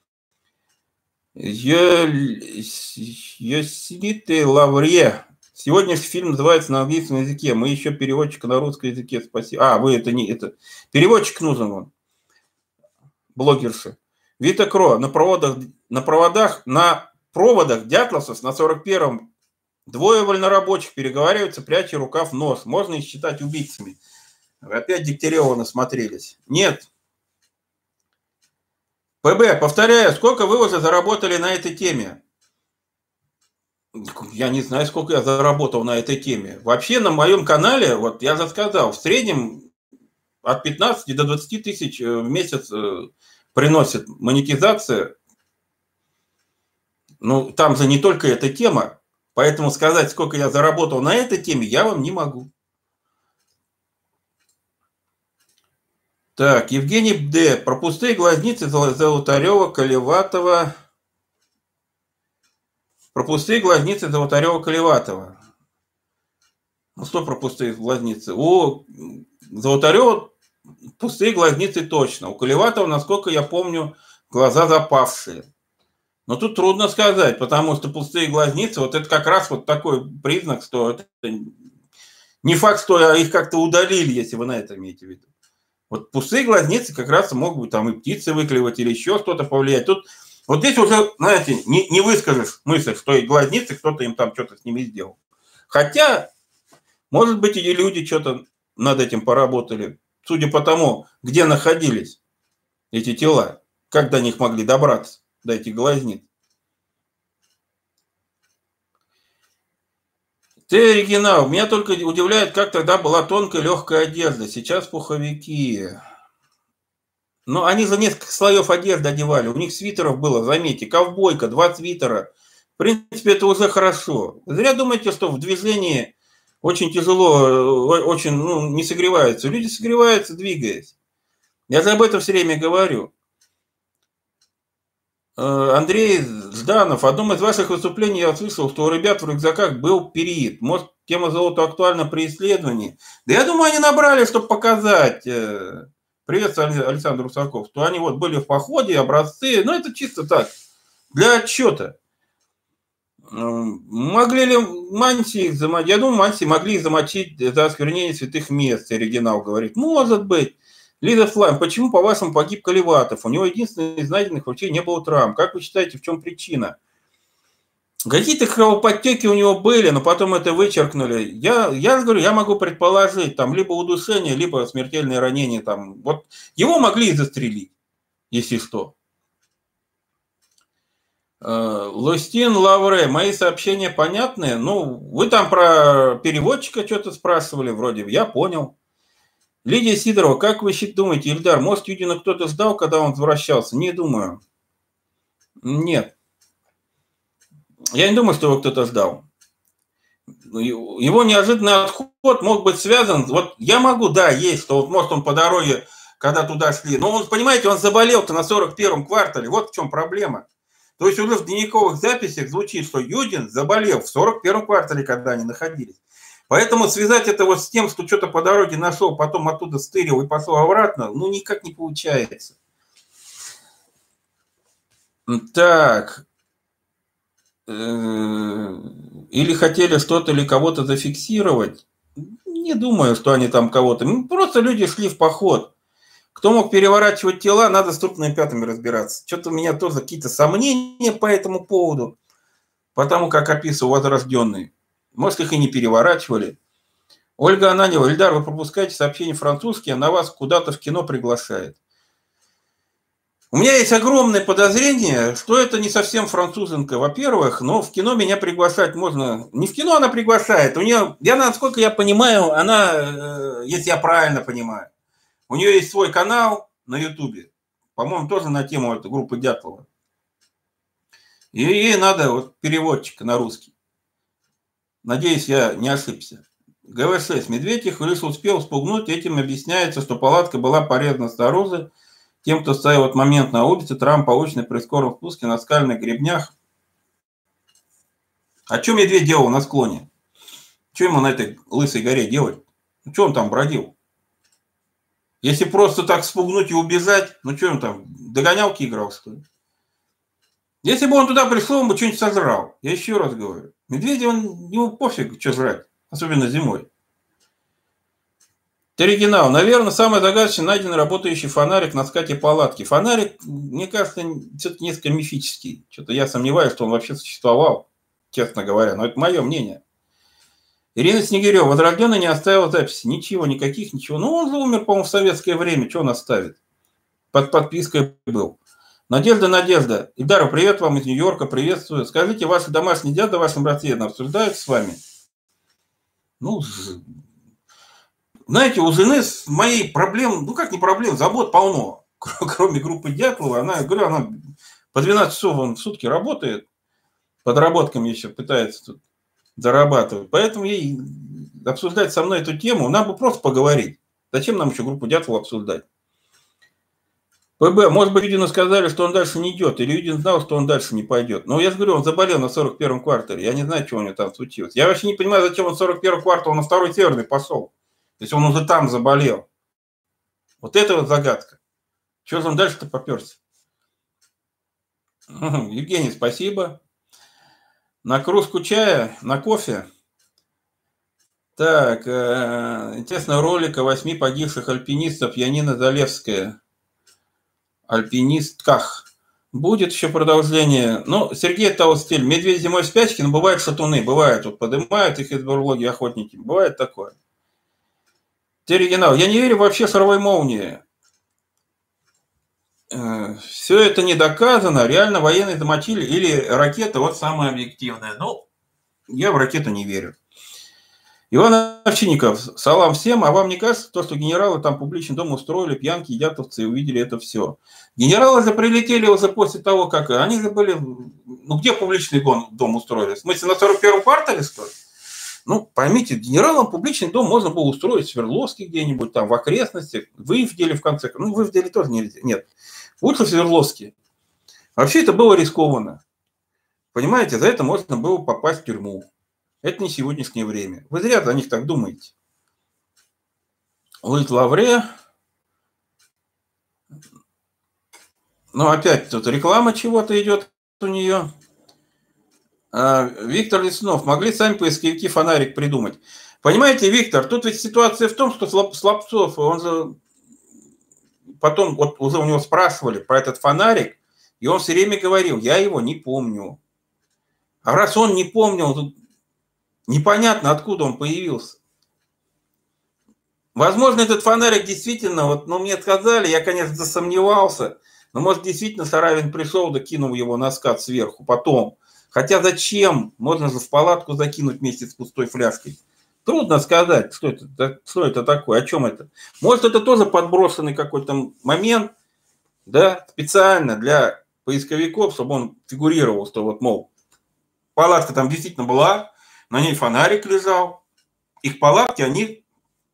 Йосилиты Лавре. Сегодняшний фильм называется на английском языке. Мы еще переводчика на русском языке. Спасибо. А, вы это не... это переводчик нужен вам. Блогерши. Вита Кро. На проводах, на проводах, на проводах дятловцев на сорок первом двое вольнорабочих переговариваются, пряча рукав в нос. Можно их считать убийцами. Вы опять Дегтярева насмотрелись. Нет. ПБ, повторяю, сколько вы уже заработали на этой теме? Я не знаю, сколько я заработал на этой теме. Вообще на моем канале, вот я же сказал, в среднем от пятнадцати до двадцати тысяч в месяц приносит монетизация. Ну, там же не только эта тема. Поэтому сказать, сколько я заработал на этой теме, я вам не могу. Так, Евгений Д. Про пустые глазницы Золотарева, Колеватова. Про пустые глазницы Золотарева, Колеватова. Ну, что про пустые глазницы? У Золотарева пустые глазницы точно. У Колеватова, насколько я помню, глаза запавшие. Но тут трудно сказать, потому что пустые глазницы, вот это как раз вот такой признак, что это не факт, что их как-то удалили, если вы на это имеете в виду. Вот пустые глазницы как раз могут быть там и птицы выклевать или еще что-то повлиять. Тут вот здесь уже, знаете, не, не выскажешь мысль, что и глазницы кто-то им там что-то с ними сделал. Хотя, может быть, и люди что-то над этим поработали, судя по тому, где находились эти тела, как до них могли добраться, до этих глазниц. Ты оригинал. Меня только удивляет, как тогда была тонкая легкая одежда. Сейчас пуховики. Но они за несколько слоев одежды одевали. У них свитеров было, заметьте, ковбойка, два свитера. В принципе, это уже хорошо. Зря думаете, что в движении очень тяжело, очень ну, не согреваются. Люди согреваются, двигаясь. Я же об этом все время говорю. Андрей Жданов, в одном из ваших выступлений я услышал, что у ребят в рюкзаках был период. Может, тема золота актуальна при исследовании? Да я думаю, они набрали, чтобы показать. Привет, Александр Русаков. Что они вот были в походе, образцы. Ну, это чисто так, для отчета. Могли ли мантии их замочить? Я думаю, мантии могли их замочить за осквернение святых мест, оригинал говорит. Может быть. Лиза Флайм, почему, по-вашему, погиб Колеватов? У него единственный из найденных вообще не было травм. Как вы считаете, в чем причина? Какие-то кровоподтеки у него были, но потом это вычеркнули. Я, я говорю, я могу предположить, там, либо удушение, либо смертельное ранение. Там. Вот его могли и застрелить, если что. Лустин Лавре, мои сообщения понятны? Ну, вы там про переводчика что-то спрашивали вроде, я понял. Лидия Сидорова, как вы думаете, Ильдар, может, Юдина кто-то ждал, когда он возвращался? Не думаю. Нет. Я не думаю, что его кто-то ждал. Его неожиданный отход мог быть связан... Вот я могу, да, есть, что вот, может, он по дороге, когда туда шли. Но, он, понимаете, он заболел-то на сорок первом квартале. Вот в чем проблема. То есть уже в дневниковых записях звучит, что Юдин заболел в сорок первом квартале, когда они находились. Поэтому связать это вот с тем, что что-то по дороге нашел, потом оттуда стырил и послал обратно, ну, никак не получается. Так. Или хотели что-то или кого-то зафиксировать. Не думаю, что они там кого-то... Просто люди шли в поход. Кто мог переворачивать тела, надо с трупными пятнами разбираться. Что-то у меня тоже какие-то сомнения по этому поводу. Потому как описывал Возрожденный. Может, их и не переворачивали. Ольга Ананева: Ильдар, вы пропускаете сообщения французские, она вас куда-то в кино приглашает. У меня есть огромное подозрение, что это не совсем французенка, во-первых, но в кино меня приглашать можно... Не в кино она приглашает, у нее, я, насколько я понимаю, она, если я правильно понимаю, у нее есть свой канал на Ютубе, по-моему, тоже на тему этой группы Дятлова. И ей надо вот переводчика на русский. Надеюсь, я не ошибся. ГВ шесть. Медведев лишь успел спугнуть, этим объясняется, что палатка была порезана снаружи. Тем, кто стоял в этот момент на улице, травм, полученный при скором спуске на скальных гребнях. А что медведь делал на склоне? Что ему на этой лысой горе делать? Ну, что он там бродил? Если просто так спугнуть и убежать, ну, что он там, догонялки играл, что ли? Если бы он туда пришел, он бы что-нибудь сожрал. Я еще раз говорю. Медведя, он, ему пофиг, что жрать. Особенно зимой. Оригинал. Наверное, самый загадочный найден работающий фонарик на скате палатки. Фонарик, мне кажется, все-таки несколько мифический. Что-то я сомневаюсь, что он вообще существовал, честно говоря. Но это мое мнение. Ирина Снегирева. Возрожденный не оставил записи. Ничего, никаких, ничего. Ну, он же умер, по-моему, в советское время. Что он оставит? Под подпиской был. Надежда, Надежда. Ильдар, привет вам из Нью-Йорка. Приветствую. Скажите, ваши домашние дела в вашем расследовании обсуждают с вами? Ну, знаете, у жены с моей проблем, ну как не проблем, забот полно. Кроме группы Дятлова, она, говорю, она по двенадцать часов он в сутки работает, подработками еще пытается тут зарабатывать. Поэтому ей обсуждать со мной эту тему, нам бы просто поговорить. Зачем нам еще группу Дятлова обсуждать? ПБ, может быть, Юдину сказали, что он дальше не идет, или Юдин знал, что он дальше не пойдет. Но я же говорю, он заболел на сорок первом квартале, я не знаю, что у него там случилось. Я вообще не понимаю, зачем он сорок первый квартал на второй северный пошел. Если он уже там заболел. Вот это вот загадка. Что же он дальше-то поперся? Евгений, спасибо. На кружку чая, на кофе. Так, э, интересный ролик о восьми погибших альпинистов. Янина Залевская. Альпинистках. Будет еще продолжение. Ну, Сергей Таустель. Медведь зимой в спячке, но бывают шатуны. Бывает, вот поднимают их из бурлоги охотники. Бывает такое. Оригинал. Я не верю вообще шаровой молнии. Все это не доказано. Реально военные замочили или ракета, вот самое объективное. Ну, я в ракету не верю. Иван Овчинников. Салам всем. А вам не кажется, то, что генералы там публичный дом устроили, пьянки, дятовцы, и увидели это все? Генералы же прилетели уже после того, как... Они же были... Ну, где публичный дом устроили? В смысле, на сорок первом квартале, что ли? Ну, поймите, генералам публичный дом можно было устроить в Свердловске где-нибудь, там, в окрестностях. Вы в деле, в конце концов. Ну, вы в деле тоже нельзя. Нет. Лучше в Свердловске. Вообще это было рискованно. Понимаете, за это можно было попасть в тюрьму. Это не сегодняшнее время. Вы зря за них так думаете. Луис Лавре. Ну, опять тут реклама чего-то идет у нее. Виктор Леснов. Могли сами поисковики фонарик придумать. Понимаете, Виктор, тут ведь ситуация в том, что Слабцов, он же потом, вот уже у него спрашивали про этот фонарик, и он все время говорил, я его не помню. А раз он не помнил, тут непонятно, откуда он появился. Возможно, этот фонарик действительно, вот, ну, мне сказали, я, конечно, засомневался, но, может, действительно Саравин пришел, да кинул его на скат сверху потом. Хотя зачем? Можно же в палатку закинуть вместе с пустой фляжкой. Трудно сказать, что это, что это такое, о чем это. Может, это тоже подброшенный какой-то момент, да, специально для поисковиков, чтобы он фигурировал, что вот, мол, палатка там действительно была, на ней фонарик лежал, их палатки, они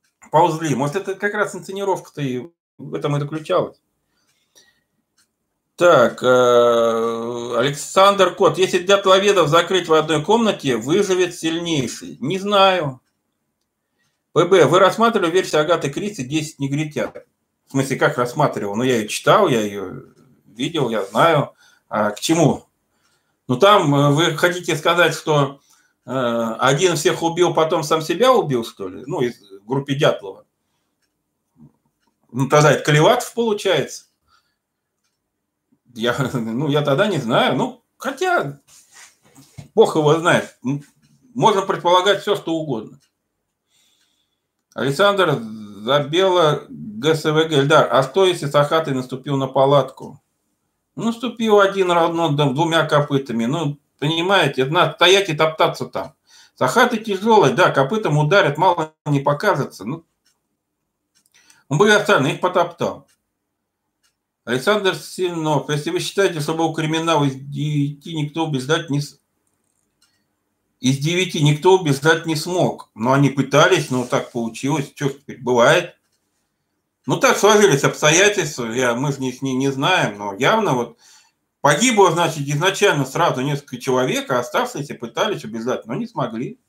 ползли. Может, это как раз инсценировка-то и в этом и заключалась. Так, э, Александр Кот. Если дятловедов закрыть в одной комнате, выживет сильнейший. Не знаю. ПБ, вы рассматривали версию Агаты Кристи «десять негритят»? В смысле, как рассматривал? Ну, я ее читал, я ее видел, я знаю. А к чему? Ну, там вы хотите сказать, что э, один всех убил, потом сам себя убил, что ли? Ну, из группы Дятлова. Ну, тогда это Колеватов получается. Я, ну, я тогда не знаю. Ну, хотя, бог его знает. Можно предполагать все, что угодно. Александр Забела, ГСВГ. Эльдар, а что, если Сахатый наступил на палатку? Наступил один равно двумя копытами. Ну, понимаете, это надо стоять и топтаться там. Сахатый тяжелый, да, копытом ударят, мало не покажется. Ну, он бы и остальных потоптал. Александр Сильнов, если вы считаете, что был криминал из девяти, никто убеждать не... Из девяти никто убеждать не смог. Но они пытались, но так получилось. Что теперь бывает? Ну, так сложились обстоятельства. Я, мы же их не, не знаем, но явно вот погибло, значит, изначально сразу несколько человек, а оставшиеся пытались убеждать, но не смогли.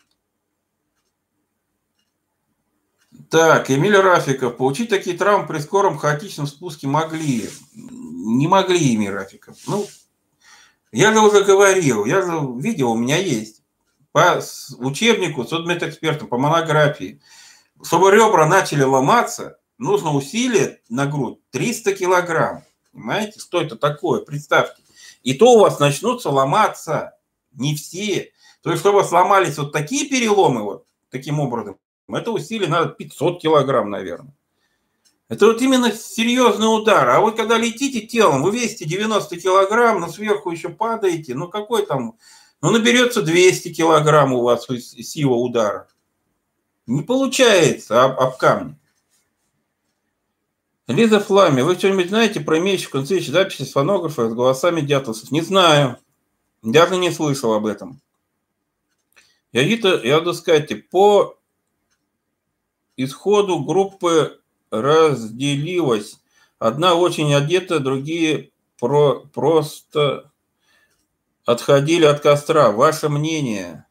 Так, Эмиль Рафиков. Получить такие травмы при скором хаотичном спуске могли. Не могли, Эмиль Рафиков. Ну, я же уже говорил, я же видео у меня есть. По учебнику судмедэкспертам, по монографии. Чтобы ребра начали ломаться, нужно усилие на грудь триста килограмм. Понимаете, что это такое? Представьте. И то у вас начнутся ломаться. Не все. То есть, чтобы сломались вот такие переломы, вот таким образом, это усилие надо пятьсот килограмм, наверное. Это вот именно серьезный удар. А вот когда летите телом, вы весите девяносто килограмм, но сверху еще падаете, ну какой там... Ну наберется двести килограмм у вас сила удара. Не получается об, об камне. Лиза Фламе, вы что-нибудь знаете про имеющих концертных записи с фонографа с голосами дятловцев? Не знаю. Даже не слышал об этом. Я, я буду сказать, по исходу группы разделилась. Одна очень одета, другие про, просто отходили от костра. Ваше мнение?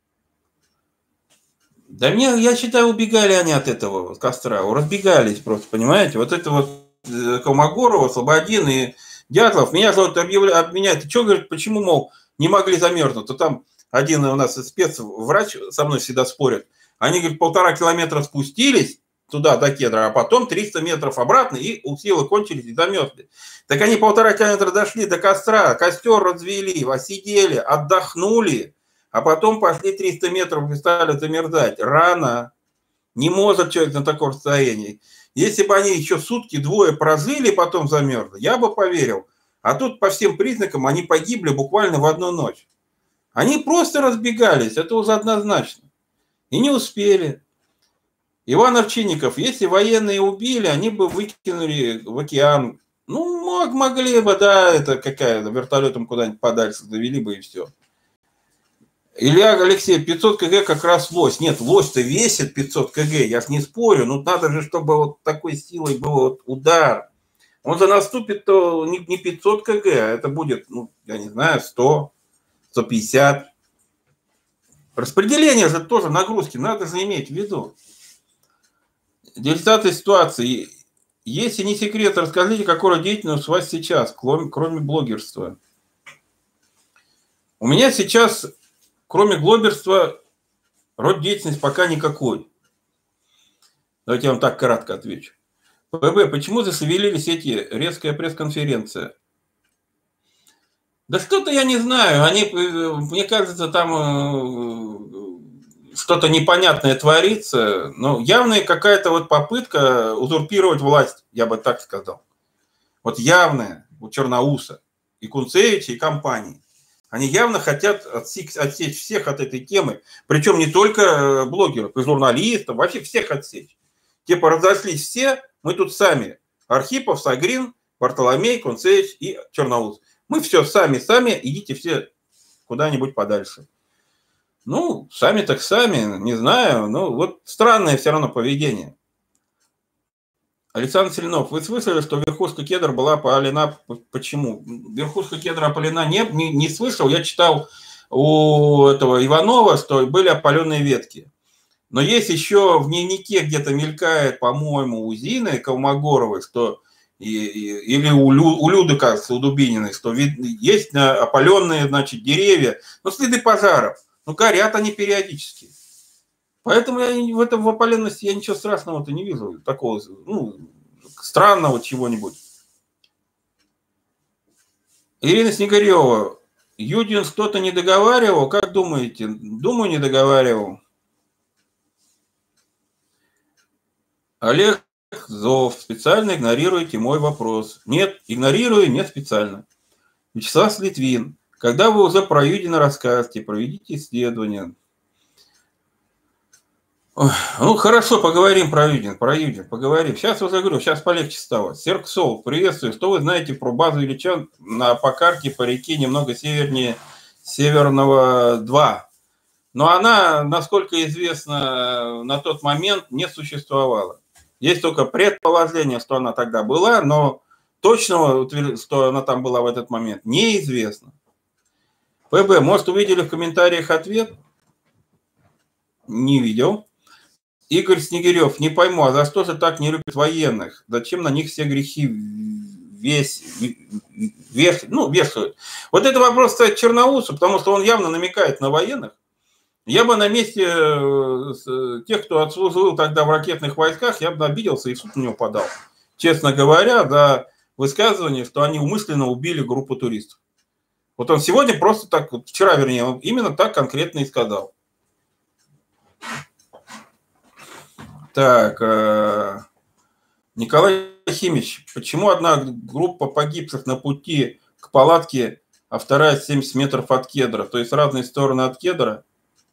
Да мне, я считаю, убегали они от этого костра. Разбегались просто, понимаете? Вот это вот Колмогорова, Слободин и Дятлов меня же вот обменяют. Ты что, говорит, почему, мол, не могли замерзнуть? То там один у нас спецврач со мной всегда спорит. Они, говорит, полтора километра спустились туда, до кедра, а потом триста метров обратно, и у силы кончились и замерзли. Так они полтора километра дошли до костра, костер развели, сидели, отдохнули, а потом пошли триста метров и стали замерзать. Рано. Не может человек на таком состоянии. Если бы они еще сутки, двое прожили, потом замерзли, я бы поверил. А тут по всем признакам они погибли буквально в одну ночь. Они просто разбегались, это уже однозначно. И не успели. Иван Овчинников, если военные убили, они бы выкинули в океан. Ну, мог, могли бы, да, это какая-то, вертолетом куда-нибудь подальше завели бы и все. Илья Алексей, пятьсот кг как раз лось. Нет, лось-то весит пятьсот кг, я ж не спорю. Ну, надо же, чтобы вот такой силой был вот удар. Он же наступит, то не пятьсот кг, а это будет, ну, я не знаю, сто, сто пятьдесят. Распределение же тоже нагрузки, надо же иметь в виду. Дилетанты ситуации. Если не секрет, расскажите, какой род деятельности у вас сейчас, кроме, кроме блогерства? У меня сейчас, кроме блогерства, род деятельности пока никакой. Давайте я вам так кратко отвечу. ПБ, почему зашевелились эти резкая пресс-конференция? Да что-то я не знаю. Они, мне кажется, там что-то непонятное творится. Но явная какая-то вот попытка узурпировать власть, я бы так сказал. Вот явная у Черноуса и Кунцевича, и компании. Они явно хотят отсечь, отсечь всех от этой темы. Причем не только блогеров, и журналистов, вообще всех отсечь. Типа разошлись все, мы тут сами. Архипов, Сагрин, Бартоломей, Кунцевич и Черноус. Мы все сами-сами, идите все куда-нибудь подальше. Ну, сами так сами, не знаю. Ну, вот странное все равно поведение. Александр Селенов, вы слышали, что верхушка кедра была опалена? Почему? Верхушка кедра опалена не, не, не слышал. Я читал у этого Иванова, что были опаленные ветки. Но есть еще в дневнике где-то мелькает, по-моему, у Зины Колмогоровой, что и, и, или у, Лю, у Люды, кажется, у Дубининой, что вид, есть опаленные, значит, деревья, но следы пожаров. Ну, горят они периодически. Поэтому я в этом в опаленности я ничего страшного-то не вижу. Такого, ну, странного чего-нибудь. Ирина Снегарева. Юдин что-то не договаривал? Как думаете? Думаю, не договаривал. Олег Зов. Специально игнорируете мой вопрос. Нет, игнорирую, не специально. Вячеслав Литвин. Когда вы уже про Юдина расскажете, проведите исследование. Ну, хорошо, поговорим про Юдин, про Юдин, поговорим. Сейчас уже говорю, сейчас полегче стало. Серксол, приветствую. Что вы знаете про базу Ильича на, по карте по реке немного севернее Северного два? Но она, насколько известно, на тот момент не существовала. Есть только предположение, что она тогда была, но точного, что она там была в этот момент, неизвестно. ПБ, может, увидели в комментариях ответ? Не видел. Игорь Снегирев, не пойму, а за что же так не любят военных? Зачем на них все грехи весь, веш, ну, вешают? Вот это вопрос, кстати, Черноусу, потому что он явно намекает на военных. Я бы на месте тех, кто отслужил тогда в ракетных войсках, я бы обиделся и в суд на него подал. Честно говоря, за высказывание, что они умышленно убили группу туристов. Вот он сегодня просто так, вчера вернее, он именно так конкретно и сказал. Так, Николай Химич, почему одна группа погибших на пути к палатке, а вторая семьдесят метров от кедра? То есть разные стороны от кедра?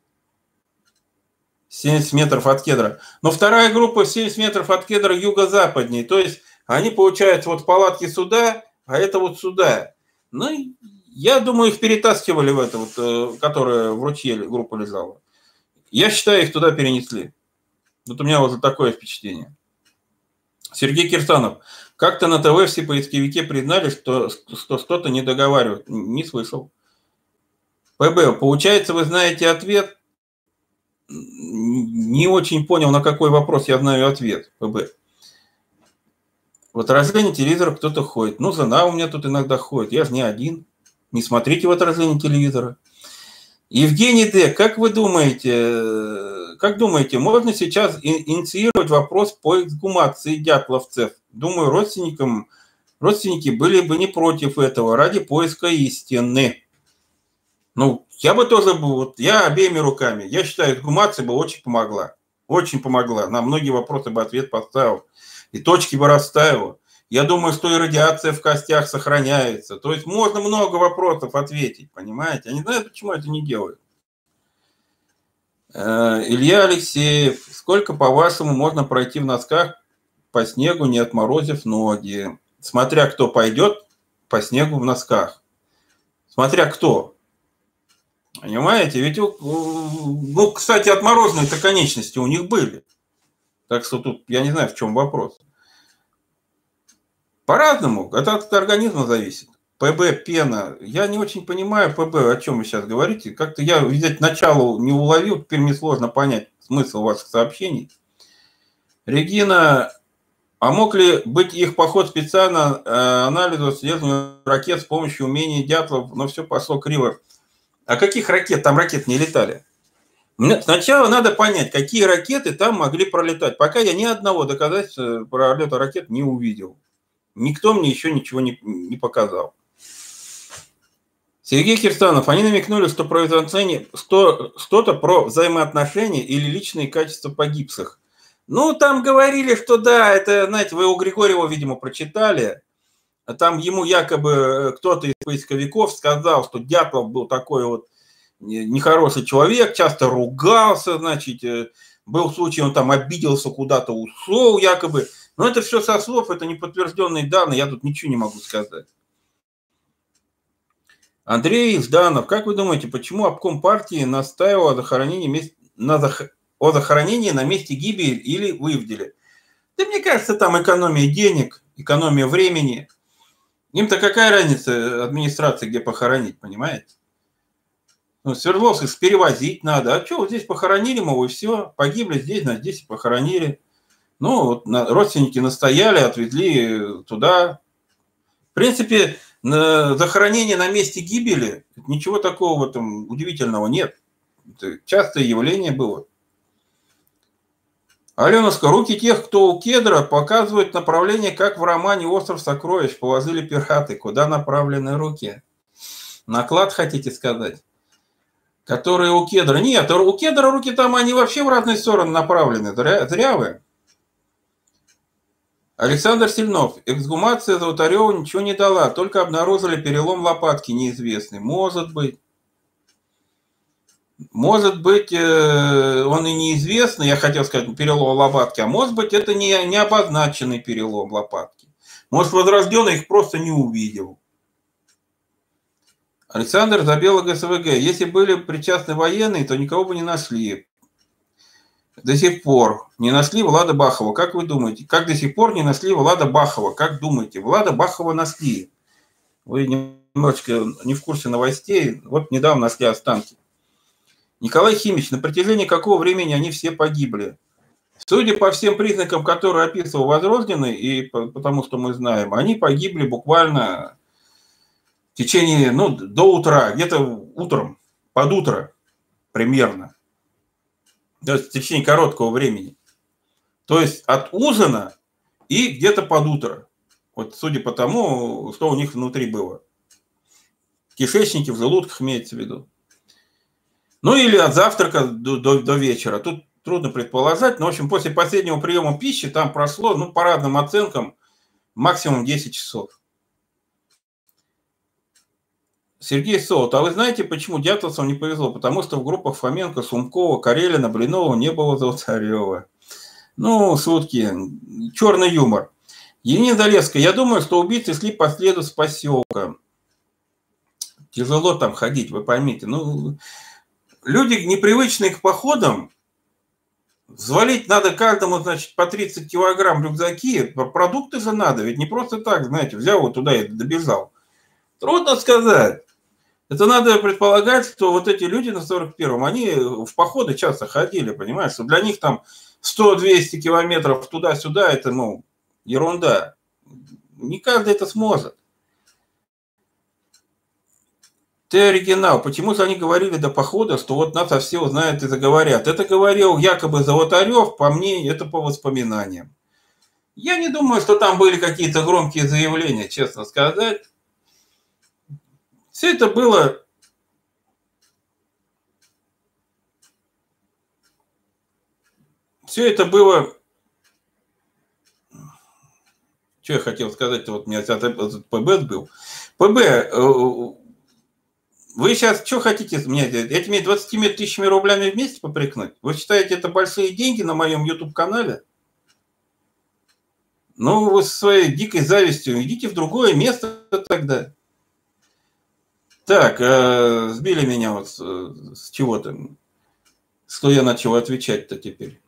семьдесят метров от кедра. Но вторая группа семьдесят метров от кедра юго-западней. То есть они, получается, вот палатки сюда, а это вот сюда. Ну, я думаю, их перетаскивали в это вот, которая в ручье группа лежала. Я считаю, их туда перенесли. Вот у меня вот такое впечатление. Сергей Кирсанов. Как-то на ТВ все поисковики признали, что, что что-то не договаривают. Не слышал. ПБ. Получается, вы знаете ответ? Не очень понял, на какой вопрос я знаю ответ. ПБ. В отражении телевизора кто-то ходит. Ну, жена у меня тут иногда ходит. Я же не один. Не смотрите в отражении телевизора. Евгений Д., как вы думаете, как думаете, можно сейчас инициировать вопрос по эксгумации дятловцев? Думаю, родственникам, родственники были бы не против этого ради поиска истины. Ну, я бы тоже был, вот я обеими руками. Я считаю, эксгумация бы очень помогла. Очень помогла. На многие вопросы бы ответ поставил. И точки бы расставил. Я думаю, что и радиация в костях сохраняется. То есть можно много вопросов ответить, понимаете? Я не знаю, почему это не делают. Илья Алексеев. Сколько, по-вашему, можно пройти в носках по снегу, не отморозив ноги? Смотря кто пойдет по снегу в носках. Смотря кто. Понимаете? Ведь, ну, кстати, отмороженные-то конечности у них были. Так что тут я не знаю, в чем вопрос. По-разному. Это от организма зависит. ПБ, пена. Я не очень понимаю, ПБ, о чем вы сейчас говорите. Как-то я, видать, начало не уловил, теперь мне сложно понять смысл ваших сообщений. Регина, а мог ли быть их поход специально э, анализу слежения ракет с помощью умений Дятлов, но все пошло криво? А каких ракет? Там ракет не летали. Сначала надо понять, какие ракеты там могли пролетать. Пока я ни одного доказательства пролета ракет не увидел. Никто мне еще ничего не, не показал. Сергей Кирсанов. Они намекнули, что про что, что-то про взаимоотношения или личные качества погибших. Ну, там говорили, что да, это, знаете, вы у Григорьева, видимо, прочитали. Там ему якобы кто-то из поисковиков сказал, что Дятлов был такой вот нехороший человек, часто ругался, значит, был случай, он там обиделся, куда-то ушел якобы. Но это все со слов, это не подтвержденные данные, я тут ничего не могу сказать. Андрей Жданов, как вы думаете, почему обком партии настаивал о захоронении, на, зах... о захоронении на месте гибели или в Ивделе? Да мне кажется, там экономия денег, экономия времени. Им-то какая разница администрации, где похоронить, понимаете? Ну, Свердловск перевозить надо. А что, вот здесь похоронили, мол, и все. Погибли здесь, на здесь и похоронили. Ну, вот на, родственники настояли, отвезли туда. В принципе, на захоронение на месте гибели, ничего такого в этом удивительного нет. Это частое явление было. Аленушка, руки тех, кто у кедра, показывают направление, как в романе «Остров сокровищ» положили пираты. Куда направлены руки? Наклад, хотите сказать? Которые у кедра. Нет, у кедра руки там, они вообще в разные стороны направлены. Зря, зря вы. Александр Сильнов. Эксгумация Золотарева ничего не дала. Только обнаружили перелом лопатки неизвестный. Может быть. Может быть, он и неизвестный, я хотел сказать, перелом лопатки, а может быть, это не, не обозначенный перелом лопатки. Может, возрожденный их просто не увидел. Александр Забела ГСВГ. Если были причастны военные, то никого бы не нашли. До сих пор не нашли Влада Бахова. Как вы думаете? Как до сих пор не нашли Влада Бахова? Как думаете? Влада Бахова нашли. Вы немножечко не в курсе новостей. Вот недавно нашли останки. Николай Химич, на протяжении какого времени они все погибли? Судя по всем признакам, которые описывал Возрожденный, и потому что мы знаем, они погибли буквально в течение, ну, до утра, где-то утром, под утро примерно. То есть в течение короткого времени. То есть от ужина и где-то под утро. Вот судя по тому, что у них внутри было. В кишечнике, в желудках имеется в виду. Ну или от завтрака до, до, до вечера. Тут трудно предположить, но, в общем, после последнего приема пищи там прошло, ну, по разным оценкам, максимум десять часов. Сергей Солод, а вы знаете, почему дятловцам не повезло? Потому что в группах Фоменко, Сумкова, Карелина, Блинова не было Золотарева. Ну, шутки. Черный юмор. Елена Залевская, я думаю, что убийцы шли по следу с поселка. Тяжело там ходить, вы поймите. Ну, люди, непривычные к походам, взвалить надо каждому, значит, по тридцать килограмм рюкзаки. Продукты же надо, ведь не просто так, знаете, взял вот туда и добежал. Трудно сказать. Это надо предполагать, что вот эти люди на сорок первом, они в походы часто ходили, понимаешь, что для них там сто-двести километров туда-сюда, это, ну, ерунда. Не каждый это сможет. Ты оригинал. Почему же они говорили до похода, что вот нас все узнают и заговорят? Это говорил якобы Золотарев, по мне, это по воспоминаниям. Я не думаю, что там были какие-то громкие заявления, честно сказать. Все это было все это было. Что я хотел сказать, вот у меня этот ПБ был. ПБ, вы сейчас что хотите мне этими двадцатью тысячами рублями вместе попрекнуть? Вы считаете, это большие деньги на моем YouTube-канале? Ну, вы со своей дикой завистью идите в другое место тогда. Так, э, сбили меня вот с, с чего-то. Что я начал отвечать-то теперь?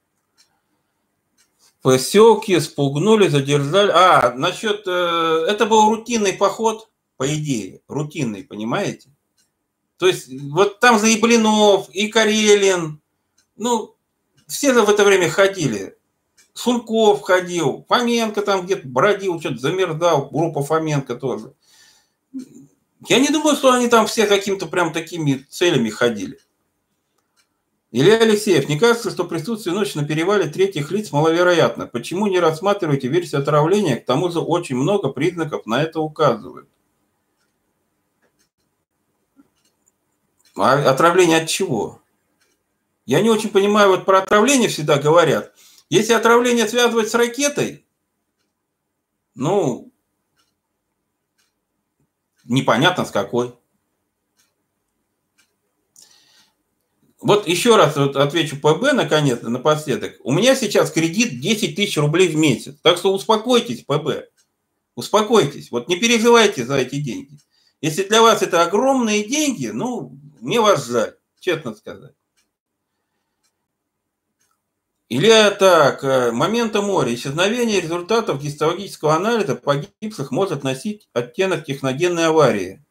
В поселке спугнули, задержали. А, насчет... Э, это был рутинный поход, по идее. Рутинный, понимаете? То есть, вот там за и Блинов, и Карелин. Ну, все же в это время ходили. Сумков ходил, Фоменко там где-то бродил, что-то замерзал, группа Фоменко тоже. Я не думаю, что они там все какими-то прям такими целями ходили. Илья Алексеев, не кажется, что присутствие ночи на перевале третьих лиц маловероятно? Почему не рассматриваете версию отравления? К тому же очень много признаков на это указывают. А отравление от чего? Я не очень понимаю, вот про отравление всегда говорят. Если отравление связывать с ракетой, ну... непонятно с какой. Вот еще раз вот отвечу ПБ, наконец-то, напоследок. У меня сейчас кредит десять тысяч рублей в месяц. Так что успокойтесь, ПБ. Успокойтесь. Вот не переживайте за эти деньги. Если для вас это огромные деньги, ну, мне вас жаль, честно сказать. Или так, «Момента моря. Исчезновение результатов гистологического анализа погибших может носить оттенок техногенной аварии».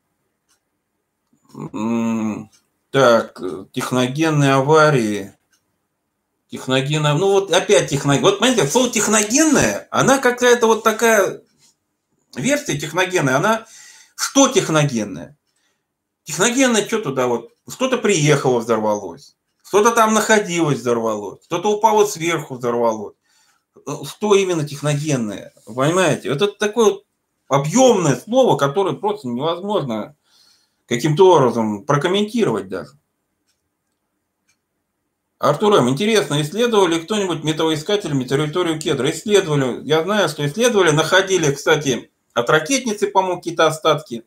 Так, техногенные аварии. Техногенная, ну вот опять техногенная. Вот понимаете, слово техногенная, она какая-то вот такая версия техногенная, она что техногенная? Техногенная, что туда вот, что-то приехало, взорвалось, что-то там находилось, взорвалось, что-то упало сверху, взорвалось. Что именно техногенное? Понимаете? Это такое вот объемное слово, которое просто невозможно каким-то образом прокомментировать даже. Артур М., интересно, исследовали кто-нибудь металлоискателями территорию Кедра? Исследовали. Я знаю, что исследовали. Находили, кстати, от ракетницы, по-моему, какие-то остатки.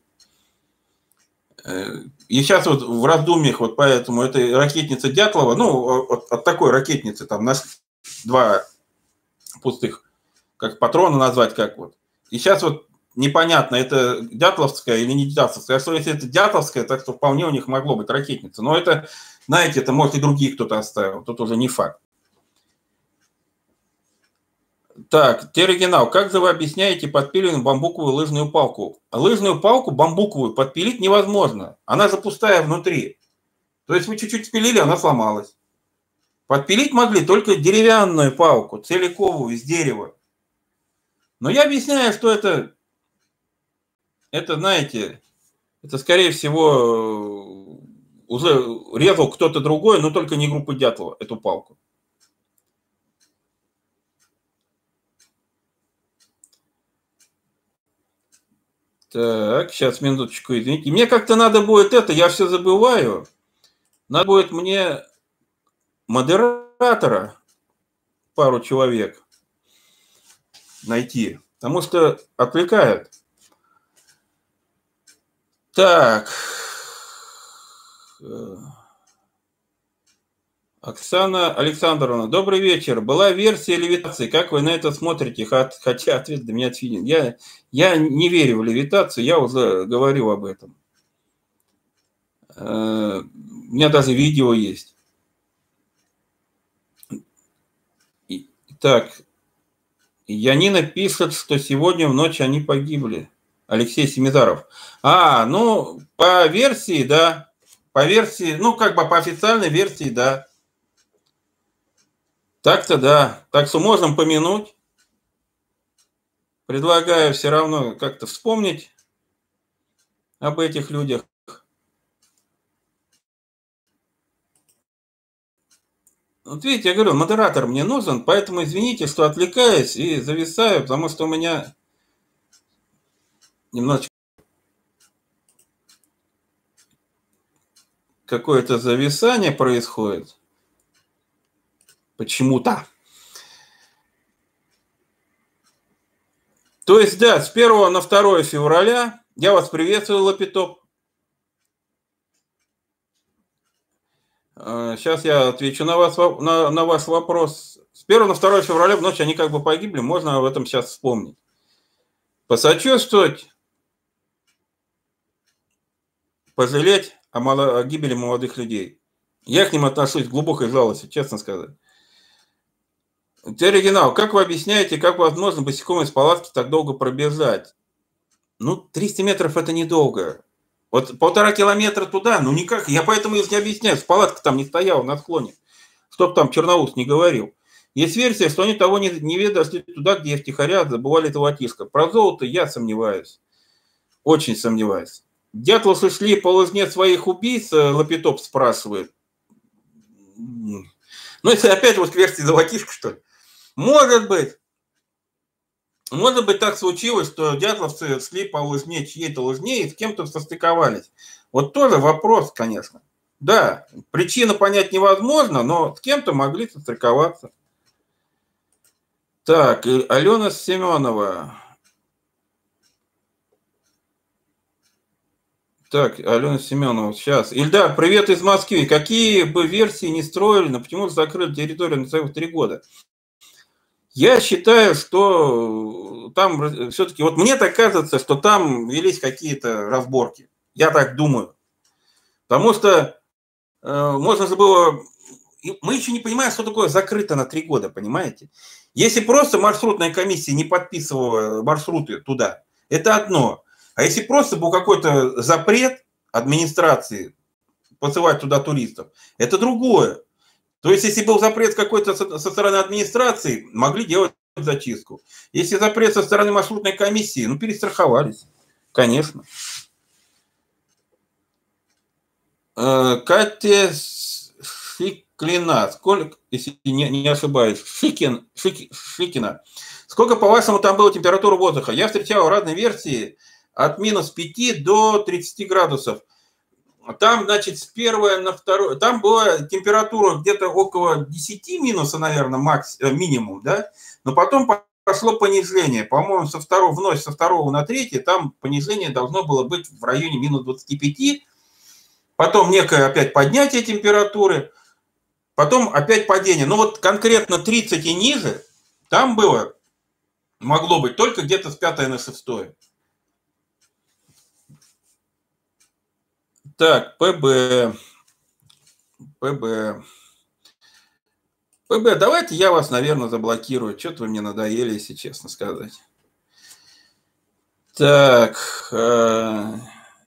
И сейчас вот в раздумьях вот поэтому этой ракетницы Дятлова, ну, от, от такой ракетницы там нашли два пустых, как патрона назвать, как вот. И сейчас вот непонятно, это дятловская или не дятловская. А что если это дятловская, так что вполне у них могло быть ракетница. Но это, знаете, это может и другие кто-то оставил. Тут уже не факт. Так, терригенал. Как же вы объясняете подпиленную бамбуковую лыжную палку? Лыжную палку бамбуковую подпилить невозможно. Она же пустая внутри. То есть вы чуть-чуть спилили, она сломалась. Подпилить могли только деревянную палку, целиковую, из дерева. Но я объясняю, что это, это, знаете, это, скорее всего, уже резал кто-то другой, но только не группа Дятлова, эту палку. Так, сейчас, минуточку, извините. Мне как-то надо будет это, я все забываю. Надо будет мне модератора, пару человек найти, потому что отвлекают. Так. Оксана Александровна, добрый вечер. Была версия левитации. Как вы на это смотрите? Хотя ответ для меня очевиден. Я, я не верю в левитацию, я уже говорил об этом. У меня даже видео есть. Так, Янина пишет, что сегодня в ночь они погибли. Алексей Семизаров. А, ну, по версии, да. По версии, ну, как бы по официальной версии, да. Так-то да. Так что можем помянуть. Предлагаю все равно как-то вспомнить об этих людях. Вот видите, я говорю, модератор мне нужен, поэтому извините, что отвлекаюсь и зависаю, потому что у меня немножечко какое-то зависание происходит. Почему-то. То есть, да, с первого на второе февраля я вас приветствую, Лапитоп. Сейчас я отвечу на, вас, на, на ваш вопрос. С первого на второе февраля в ночь они как бы погибли, можно об этом сейчас вспомнить. Посочувствовать, пожалеть о, мало, о гибели молодых людей. Я к ним отношусь с глубокой жалостью, честно сказать. Оригинал, как вы объясняете, как возможно босиком из палатки так долго пробежать? Ну, триста метров это недолго. Вот полтора километра туда, ну никак. Я поэтому если объясняю, палатка там не стояла на склоне. Чтоб там Черноус не говорил. Есть версия, что они того не, не ведали туда, где втихаря забывали золотишко. Про золото я сомневаюсь. Очень сомневаюсь. Дятловцы шли по лыжне своих убийц, Лапитоп спрашивает. Ну, это опять вот к версии золотишка, что ли? Может быть. Может быть, так случилось, что дятловцы шли по лыжне, чьей-то лыжне и с кем-то состыковались. Вот тоже вопрос, конечно. Да, причину понять невозможно, но с кем-то могли состыковаться. Так, Алена Семенова. Так, Алена Семенова, сейчас. Ильдар, привет из Москвы. Какие бы версии не строили, но почему же закрыли территорию на целых три года? Я считаю, что там все-таки, вот мне так кажется, что там велись какие-то разборки. Я так думаю. Потому что э, можно же было мы еще не понимаем, что такое закрыто на три года, понимаете? Если просто маршрутная комиссия не подписывала маршруты туда, это одно. А если просто был какой-то запрет администрации посылать туда туристов, это другое. То есть, если был запрет какой-то со стороны администрации, могли делать зачистку. Если запрет со стороны маршрутной комиссии, ну, перестраховались. Конечно. Катя Шиклина, сколько, если не, не ошибаюсь, Шикин, Шик, Шикина, сколько, по-вашему, там была температура воздуха? Я встречал разные версии от минус пяти до тридцати градусов. Там, значит, с первой на второй, там была температура где-то около десяти минуса, наверное, макс, минимум, да, но потом пошло понижение, по-моему, со второго, вновь со второго на третий, там понижение должно было быть в районе минус двадцати пяти, потом некое опять поднятие температуры, потом опять падение. Но вот конкретно тридцать и ниже, там было, могло быть только где-то с пятой на шестое. Так, ПБ. ПБ. ПБ, давайте я вас, наверное, заблокирую. Что-то вы мне надоели, если честно сказать. Так. Э...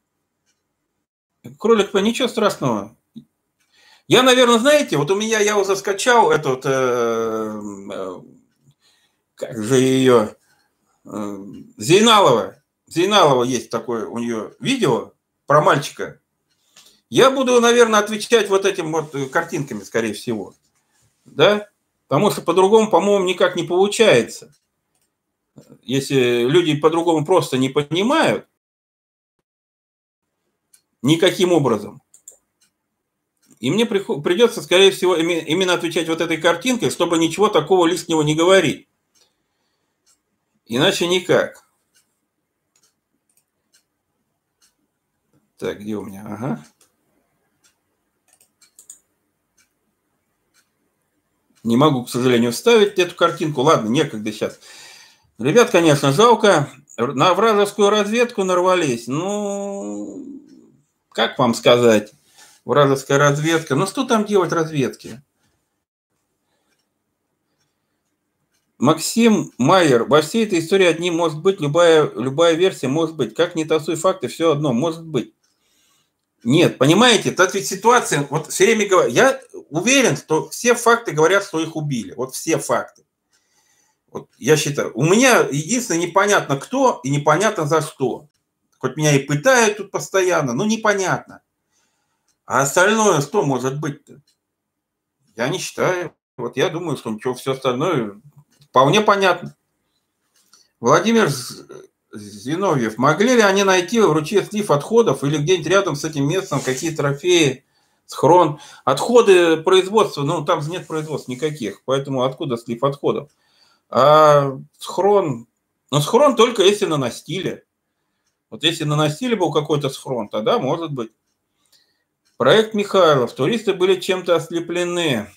Кролик, ничего страшного. Я, наверное, знаете, вот у меня, я уже скачал этот, э, э, как же ее, э, Зейналова. Зейналова есть такое у нее видео про мальчика. Я буду, наверное, отвечать вот этим вот картинками, скорее всего. Да? Потому что по-другому, по-моему, никак не получается. Если люди по-другому просто не понимают, никаким образом. И мне придется, скорее всего, именно отвечать вот этой картинкой, чтобы ничего такого лишнего не говорить. Иначе никак. Так, где у меня? Ага. Не могу, к сожалению, вставить эту картинку. Ладно, некогда сейчас. Ребят, конечно, жалко. На вражескую разведку нарвались. Ну, как вам сказать? Вражеская разведка. Ну, что там делать разведки? Максим Майер. Во всей этой истории одним может быть, любая, любая версия может быть. Как не тасуй факты, все одно может быть. Нет, понимаете, это ведь ситуация, вот все время говорю, я уверен, что все факты говорят, что их убили. Вот все факты. Вот я считаю, у меня единственное непонятно кто и непонятно за что. Хоть меня и пытают тут постоянно, но непонятно. А остальное что может быть-то? Я не считаю. Вот я думаю, что ничего, все остальное вполне понятно. Владимир Зиновьев. Могли ли они найти в ручье слив отходов или где-нибудь рядом с этим местом какие трофеи, схрон? Отходы производства, ну там же нет производств никаких, поэтому откуда слив отходов? А схрон, ну схрон только если на настиле. Вот если на настиле был какой-то схрон, тогда может быть. Проект Михайлов. Туристы были чем-то ослеплены.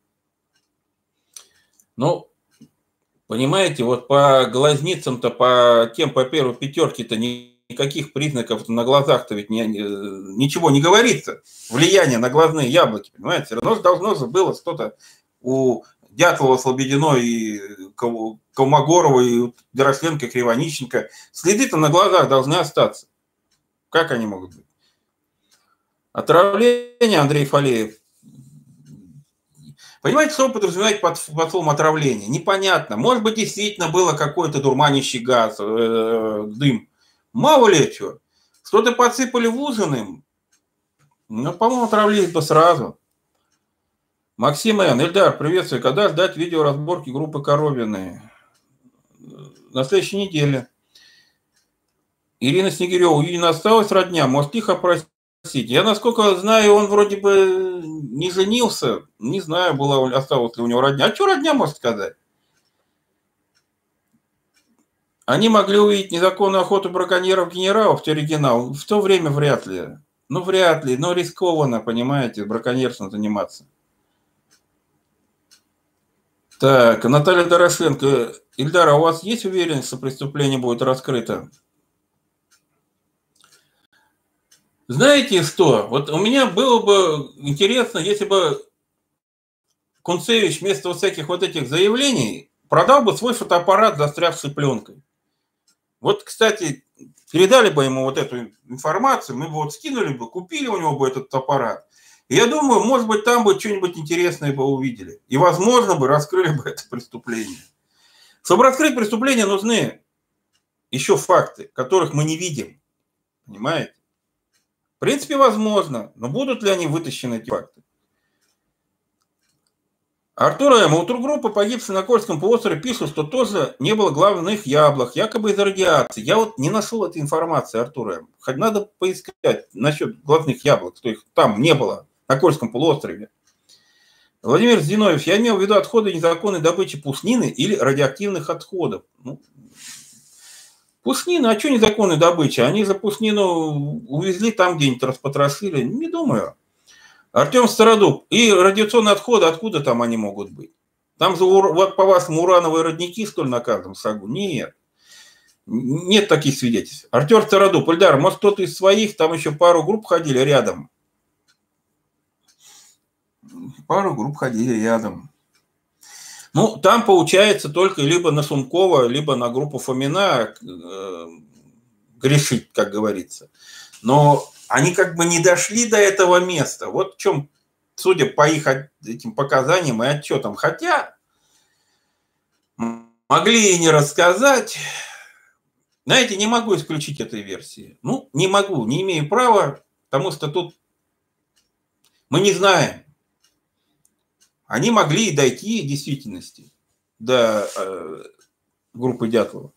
Ну, понимаете, вот по глазницам-то, по тем, по первой пятерке-то никаких признаков на глазах-то ведь не, ничего не говорится. Влияние на глазные яблоки, понимаете? Все равно должно же было что-то у Дятлова, Слободиной, и Колмогорова, и Дорошленко, Кривонищенко. Следы-то на глазах должны остаться. Как они могут быть? Отравление, Андрей Фалеев. Понимаете, что подразумевает под, под словом отравление? Непонятно. Может быть, действительно было какой-то дурманящий газ, э, дым. Мало ли что. Что-то подсыпали в ужин им. Ну, по-моему, отравились бы сразу. Максим Н. Эльдар, приветствую. Когда ждать видеоразборки группы Коровины? На следующей неделе. Ирина Снегирева. У Юрия осталась родня. Может, их опросить? Я, насколько знаю, он вроде бы не женился. Не знаю, была, осталась ли у него родня. А что родня может сказать? Они могли увидеть незаконную охоту браконьеров-генералов, в оригинал. В то время вряд ли. Ну, вряд ли. Но рискованно, понимаете, браконьерством заниматься. Так, Наталья Дорошенко. Ильдар, а у вас есть уверенность, что преступление будет раскрыто? Знаете что? Вот у меня было бы интересно, если бы Кунцевич вместо вот всяких вот этих заявлений продал бы свой фотоаппарат, застрявший пленкой. Вот, кстати, передали бы ему вот эту информацию, мы бы вот скинули бы, купили у него бы этот аппарат. И я думаю, может быть, там бы что-нибудь интересное бы увидели. И, возможно, бы раскрыли бы это преступление. Чтобы раскрыть преступление, нужны еще факты, которых мы не видим. Понимаете? В принципе, возможно. Но будут ли они вытащены, эти факты? Артур М. У тургруппы, погибшей на Кольском полуострове, пишут, что тоже не было главных яблок, якобы из-за радиации. Я вот не нашел этой информации, Артур М. Хоть надо поискать насчет главных яблок, что их там не было, на Кольском полуострове. Владимир Зиновьев, я имел в виду отходы незаконной добычи пушнины или радиоактивных отходов. Ну, пушнина, а что незаконной добычи? Они за пушнину увезли там где-нибудь, распотрошили. Не думаю. Артем Стародуб. И радиационные отходы, откуда там они могут быть? Там же, вот по-вашему, урановые родники, что ли, на каждом шагу? Нет. Нет таких свидетельств. Артем Стародуб. Ильдар, может, кто-то из своих, там еще пару групп ходили рядом. Пару групп ходили рядом. Ну, там получается только либо на Сумкова, либо на группу Фомина э, грешить, как говорится. Но они как бы не дошли до этого места. Вот в чем, судя по их этим показаниям и отчетам. Хотя могли и не рассказать. Знаете, не могу исключить этой версии. Ну, не могу, не имею права, потому что тут мы не знаем. Они могли и дойти в действительности до э, группы Дятлова.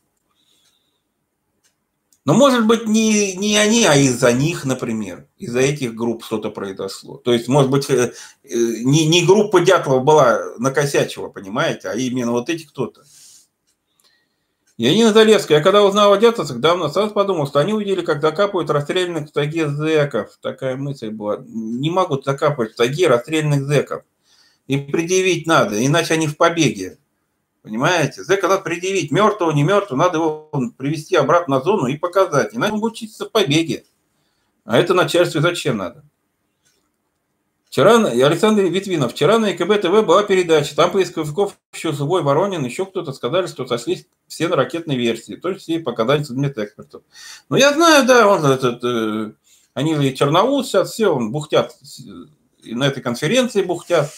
Но, может быть, не, не они, а из-за них, например. Из-за этих групп что-то произошло. То есть, может быть, э, э, не, не группа Дятлова была накосячила, понимаете, а именно вот эти кто-то. Янина Залевская. Я когда узнал о дятловцах, давно сразу подумал, что они увидели, как закапывают расстрелянных в тайге зэков. Такая мысль была. Не могут закапывать в тайге расстрелянных зэков. И предъявить надо, иначе они в побеге. Понимаете? Зэка надо предъявить. Мертвого, не мертвого, надо его привести обратно на зону и показать. Иначе он будет учиться в побеге. А это начальству зачем надо? Вчера, Александр Витвинов, вчера на ЕКБ ТВ была передача. Там поисковиков еще живой Воронин, еще кто-то сказали, что сошлись все на ракетной версии. То есть все показания судмедэкспертов. Но я знаю, да, он этот, э, они и Черноус сейчас все он бухтят. И на этой конференции бухтят.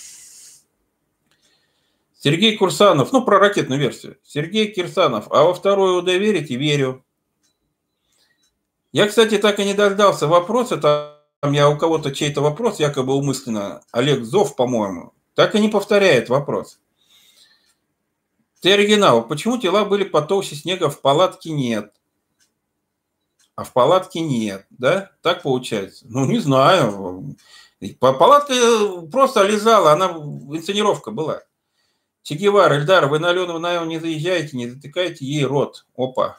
Сергей Курсанов, ну, про ракетную версию. Сергей Кирсанов, а во вторую УД верите? Верю. Я, кстати, так и не дождался вопроса, там я у кого-то чей-то вопрос, якобы умышленно, Олег Зов, по-моему, так и не повторяет вопрос. Ты оригинал, почему тела были потолще снега, в палатке нет? А в палатке нет, да? Так получается? Ну, не знаю. Палатка просто лежала, она, инсценировка была. Че Гевара, Эльдар, вы на Алену Наеву не заезжаете, не затыкайте ей рот. Опа.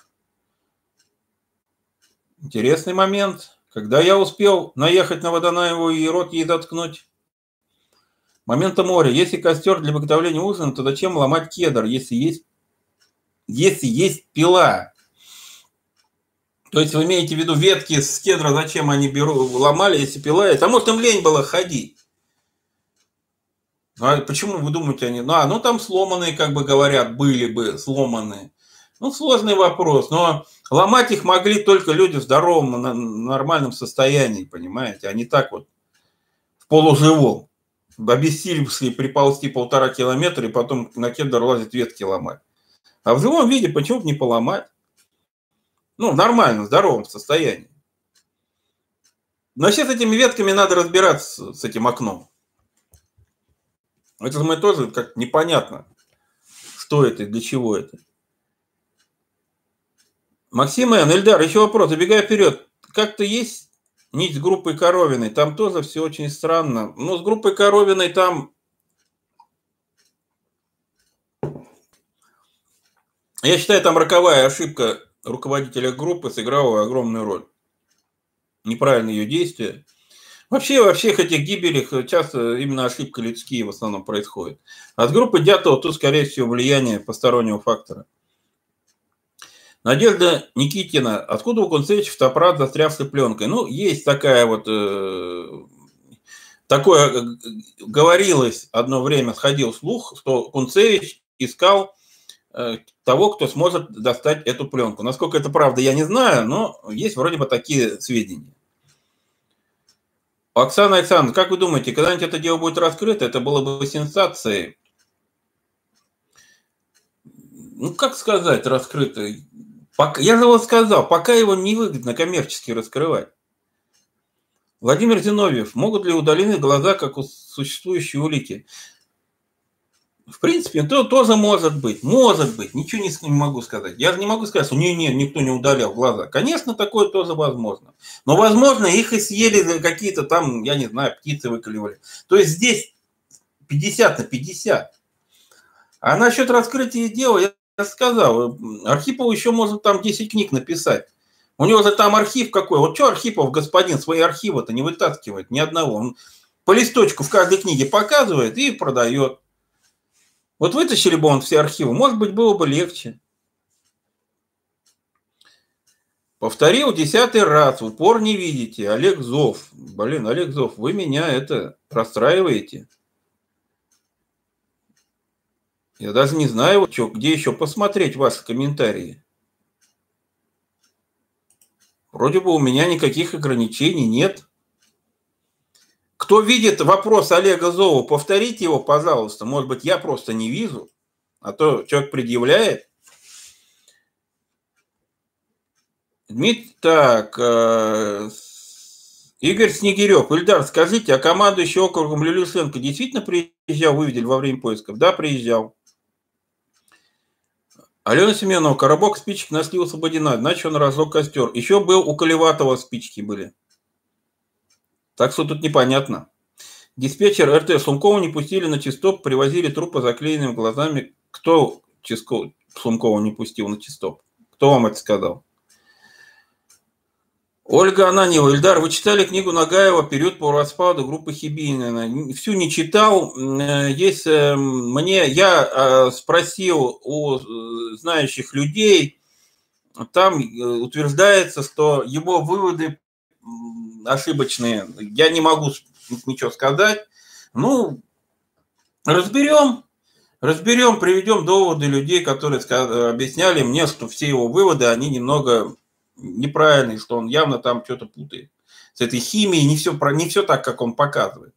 Интересный момент. Когда я успел наехать на Водонаеву и рот ей заткнуть? Момента моря. Если костер для приготовления ужина, то зачем ломать кедр, если есть, если есть пила? То есть вы имеете в виду ветки с кедра, зачем они берут, ломали, если пила есть? А может им лень было ходить? А почему вы думаете они? Ну, а, ну там сломанные, как бы говорят, были бы сломанные. Ну, сложный вопрос. Но ломать их могли только люди в здоровом, нормальном состоянии, понимаете? А не так вот в полуживом. Обессилевшие приползти полтора километра и потом на кедр лазить ветки ломать. А в живом виде почему бы не поломать? Ну, в нормальном, здоровом состоянии. Но сейчас с этими ветками надо разбираться, с этим окном. Это мы тоже как непонятно, что это и для чего это. Максим Н. Эльдар, еще вопрос, забегая вперед. Как-то есть нить с группой Коровиной? Там тоже все очень странно. Ну, с группой Коровиной там... Я считаю, там роковая ошибка руководителя группы сыграла огромную роль. Неправильное ее действие. Вообще, во всех этих гибелях часто именно ошибки людские в основном происходят. А с группы Дятлова тут, скорее всего, влияние постороннего фактора. Надежда Никитина. Откуда у Кунцевича фотоаппарат, застрявший пленкой? Ну, есть такая вот... Э, такое говорилось одно время, сходил слух, что Кунцевич искал того, кто сможет достать эту пленку. Насколько это правда, я не знаю, но есть вроде бы такие сведения. Оксана Александровна, как вы думаете, когда-нибудь это дело будет раскрыто? Это было бы сенсацией. Ну, как сказать, раскрыто? Пока, я же вот сказал, пока его невыгодно коммерчески раскрывать. Владимир Зиновьев, могут ли удалены глаза, как у существующей улики? В принципе, то тоже может быть. Может быть. Ничего не, не могу сказать. Я же не могу сказать, что не, не, никто не удалял глаза. Конечно, такое тоже возможно. Но, возможно, их и съели какие-то там, я не знаю, птицы выколевали. То есть здесь пятьдесят на пятьдесят. А насчет раскрытия дела, я сказал, Архипов еще может там десять книг написать. У него же там архив какой. Вот что Архипов, господин, свои архивы-то не вытаскивает ни одного. Он по листочку в каждой книге показывает и продает. Вот вытащили бы он все архивы, может быть, было бы легче. Повторил десятый раз, в упор не видите. Олег Зов. Блин, Олег Зов, вы меня это расстраиваете. Я даже не знаю, что, где еще посмотреть ваши комментарии. Вроде бы у меня никаких ограничений нет. Кто видит вопрос Олега Зова, повторите его, пожалуйста. Может быть, я просто не вижу, а то человек предъявляет. Дмитрий, так, э, Игорь Снегирев. Ильдар, скажите, а командующий округом Люлюшенко действительно приезжал, вы видели во время поисков? Да, приезжал. Алена Семенова, коробок спичек нашли у Слободина, иначе он разжег костер. Еще был у Колеватова спички были. Так что тут непонятно. Диспетчер эр тэ Сумкова не пустили на чистоп, привозили трупы заклеенными глазами. Кто Чиско... Сумкова не пустил на чистоп? Кто вам это сказал? Ольга Ананьева. Ильдар, вы читали книгу Нагаева «Период по распаду группы Хибинина»? Всю не читал. Есть мне, я спросил у знающих людей, там утверждается, что его выводы ошибочные. Я не могу ничего сказать. Ну, разберем. Разберем, приведем доводы людей, которые объясняли мне, что все его выводы, они немного неправильные, что он явно там что-то путает. С этой химией не все, не все так, как он показывает.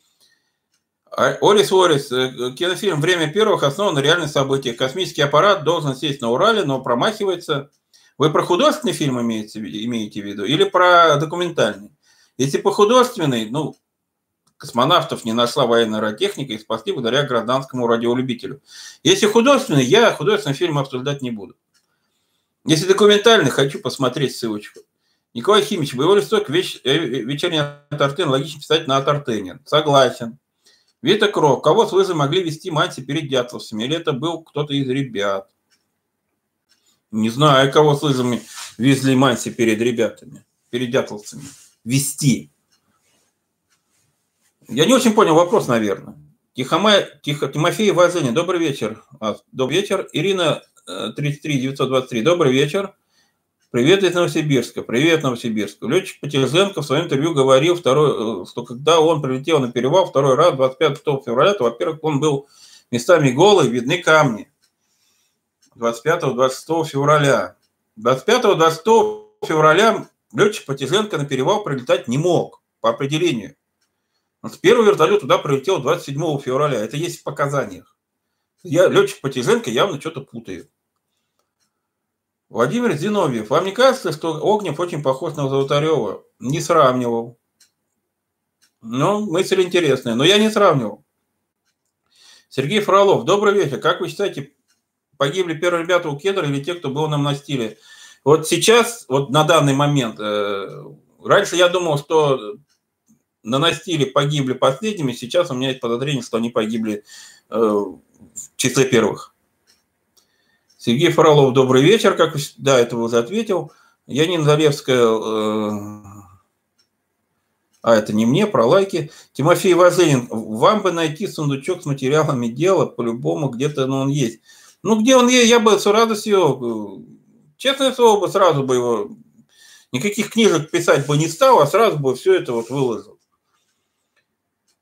Олис Уоррис, кинофильм «Время первых» основан на реальных событиях. Космический аппарат должен сесть на Урале, но промахивается. Вы про художественный фильм имеете, имеете в виду или про документальный? Если по художественный, ну, космонавтов не нашла военная радиотехника и спасли благодаря гражданскому радиолюбителю. Если художественный, я художественный фильм обсуждать не буду. Если документальный, хочу посмотреть ссылочку. Николай Химич, боевой листок, веч, вечерний Атартен, логично писать на Атартене. Согласен. Вита Кров, кого с лыжи могли вести Манси перед дятловцами? Или это был кто-то из ребят? Не знаю, кого с лыжами везли Манси перед ребятами, перед дятловцами. Вести. Я не очень понял вопрос, наверное. Тихомай, Тихо, Тимофей Вазенин, добрый вечер. А, добрый вечер. Ирина тридцать три девятьсот двадцать три, добрый вечер. Привет из Новосибирска. Привет, Новосибирск. Летчик Потерженко в своем интервью говорил, второй, что когда он прилетел на перевал второй раз двадцать пятого февраля, то, во-первых, он был местами голый, видны камни. двадцать пятого двадцать шестого февраля. двадцать пятого двадцать шестого февраля летчик Потерженко на перевал прилетать не мог, по определению. Первый вертолет туда прилетел двадцать седьмого февраля. Это есть в показаниях. Я, летчик Потерженко, явно что-то путает. Владимир Зиновьев. Вам не кажется, что Огнев очень похож на Золотарева? Не сравнивал. Ну, мысль интересная, но я не сравнивал. Сергей Фролов. Добрый вечер. Как вы считаете, погибли первые ребята у Кедра или те, кто был на настиле? Вот сейчас, вот на данный момент, э, раньше я думал, что на настиле погибли последними, сейчас у меня есть подозрение, что они погибли э, в числе первых. Сергей Фролов, добрый вечер. Как да, это уже ответил. Янина Залевская, э, а это не мне, про лайки. Тимофей Вазенин, вам бы найти сундучок с материалами дела, по-любому где-то ну, он есть. Ну, где он есть, я бы с радостью, честное слово, бы сразу бы его, никаких книжек писать бы не стал, а сразу бы все это вот выложил.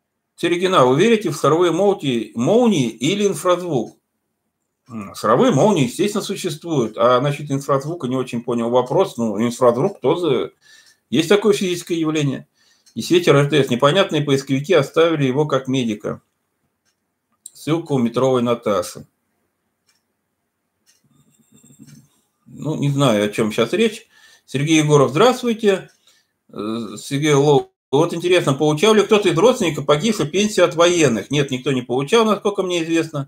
Терегина, вы верите в шаровые молнии, молнии или инфразвук? Шаровые молнии, естественно, существуют. А насчет инфразвука не очень понял вопрос. Ну, инфразвук тоже... Есть такое физическое явление. И ветер эр тэ эс. Непонятные поисковики оставили его как медика. Ссылка у метровой Наташи. Ну, не знаю, о чем сейчас речь. Сергей Егоров, здравствуйте. Сергей Лов. Вот интересно, получал ли кто-то из родственников погибших пенсию от военных? Нет, никто не получал, насколько мне известно.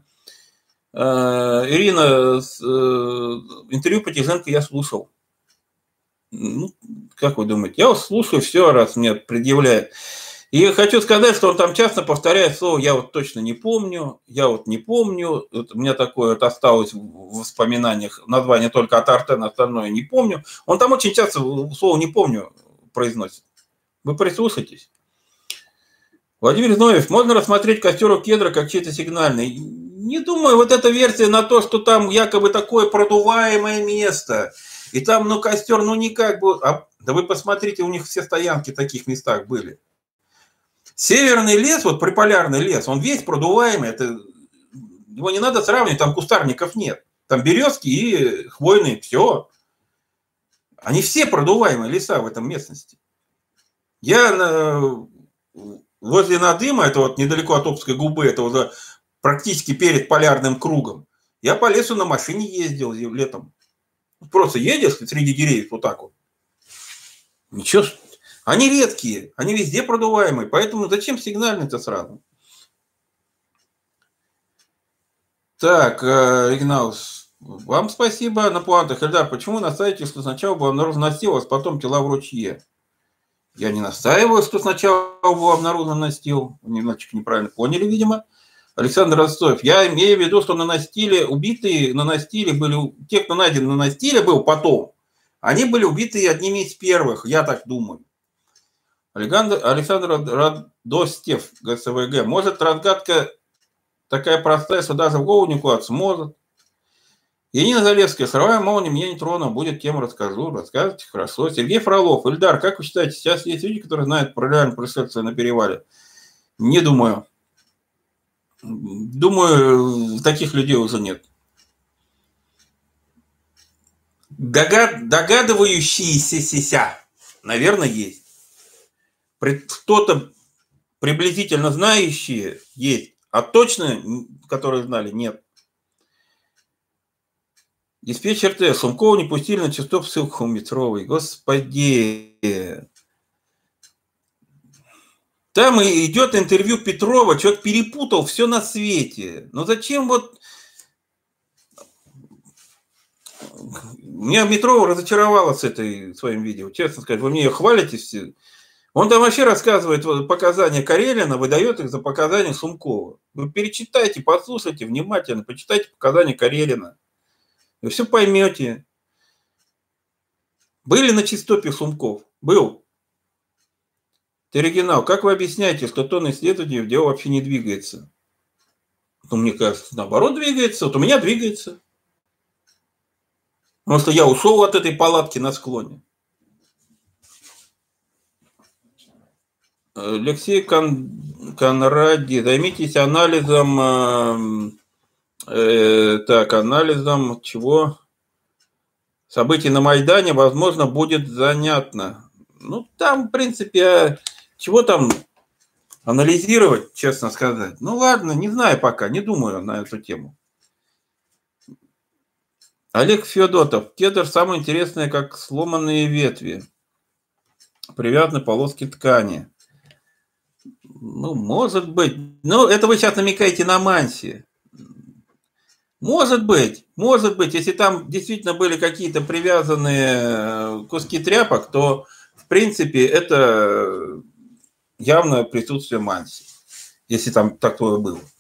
Ирина, интервью Потиженко я слушал. Ну, как вы думаете? Я вот слушаю все, раз мне предъявляют. И хочу сказать, что он там часто повторяет слово «я вот точно не помню», «я вот не помню». Вот у меня такое вот осталось в воспоминаниях название только от Артена, остальное не помню. Он там очень часто слово «не помню» произносит. Вы прислушайтесь. Владимир Зноев, можно рассмотреть костер у кедра как чей-то сигнальный? Не думаю, вот эта версия на то, что там якобы такое продуваемое место, и там, ну, костер, ну, никак бы... А, да вы посмотрите, у них все стоянки в таких местах были. Северный лес, вот приполярный лес, он весь продуваемый, это... его не надо сравнивать, там кустарников нет. Там березки и хвойные, все. Они все продуваемые леса в этом местности. Я возле Надыма, это вот недалеко от Обской губы, это уже практически перед полярным кругом, я по лесу на машине ездил летом. Просто едешь среди деревьев вот так вот. Ничего, они редкие, они везде продуваемые, поэтому зачем сигнальный-то сразу? Так, Игнаус, вам спасибо на пуантах. Эльдар, почему настаиваете, что сначала было обнаружено настил, а потом тела в ручье? Я не настаиваю, что сначала был обнаружен настил. Немножечко неправильно поняли, видимо. Александр Ростов, я имею в виду, что на настиле, убитые на настиле были, те, кто найден на настиле был потом, они были убиты одними из первых, я так думаю. Александр, Александр Радостев, гэ эс вэ гэ, может, разгадка такая простая, что даже в голову не кладется? Может. Янина Залевская, шаровая молния меня не тронула, будет тему расскажу, расскажете, хорошо. Сергей Фролов, Ильдар, как вы считаете, сейчас есть люди, которые знают про реальное происшествие на перевале? Не думаю. Думаю, таких людей уже нет. Догад... Догадывающиеся, наверное, есть. Кто-то приблизительно знающие есть, а точно, которые знали, нет. Диспетчер Т. Сумкова не пустили на чистов, ссылку у Метровой. Господи. Там идет интервью Петрова, человек перепутал все на свете. Но зачем вот... Меня Метрова разочаровала с этой своим видео. Честно сказать, вы мне ее хвалите все. Он там вообще рассказывает показания Карелина, выдает их за показания Сумкова. Вы перечитайте, послушайте внимательно, почитайте показания Карелина. Вы все поймете. Были на чистопе Сумков? Был. Оригинал. Как вы объясняете, что тон исследователей в дело вообще не двигается? Ну, мне кажется, наоборот двигается. Вот у меня двигается. Потому что я ушел от этой палатки на склоне. Алексей Кон... Конради, займитесь анализом... Э, э, так, анализом чего? Событий на Майдане, возможно, будет занятно. Ну, там, в принципе, чего там анализировать, честно сказать. Ну, ладно, не знаю пока, не думаю на эту тему. Олег Федотов. Кедр самое интересное, как сломанные ветви. Привязаны полоски ткани. Ну, может быть. Ну, это вы сейчас намекаете на манси. Может быть, может быть, если там действительно были какие-то привязанные куски тряпок, то, в принципе, это явное присутствие манси, если там такое было.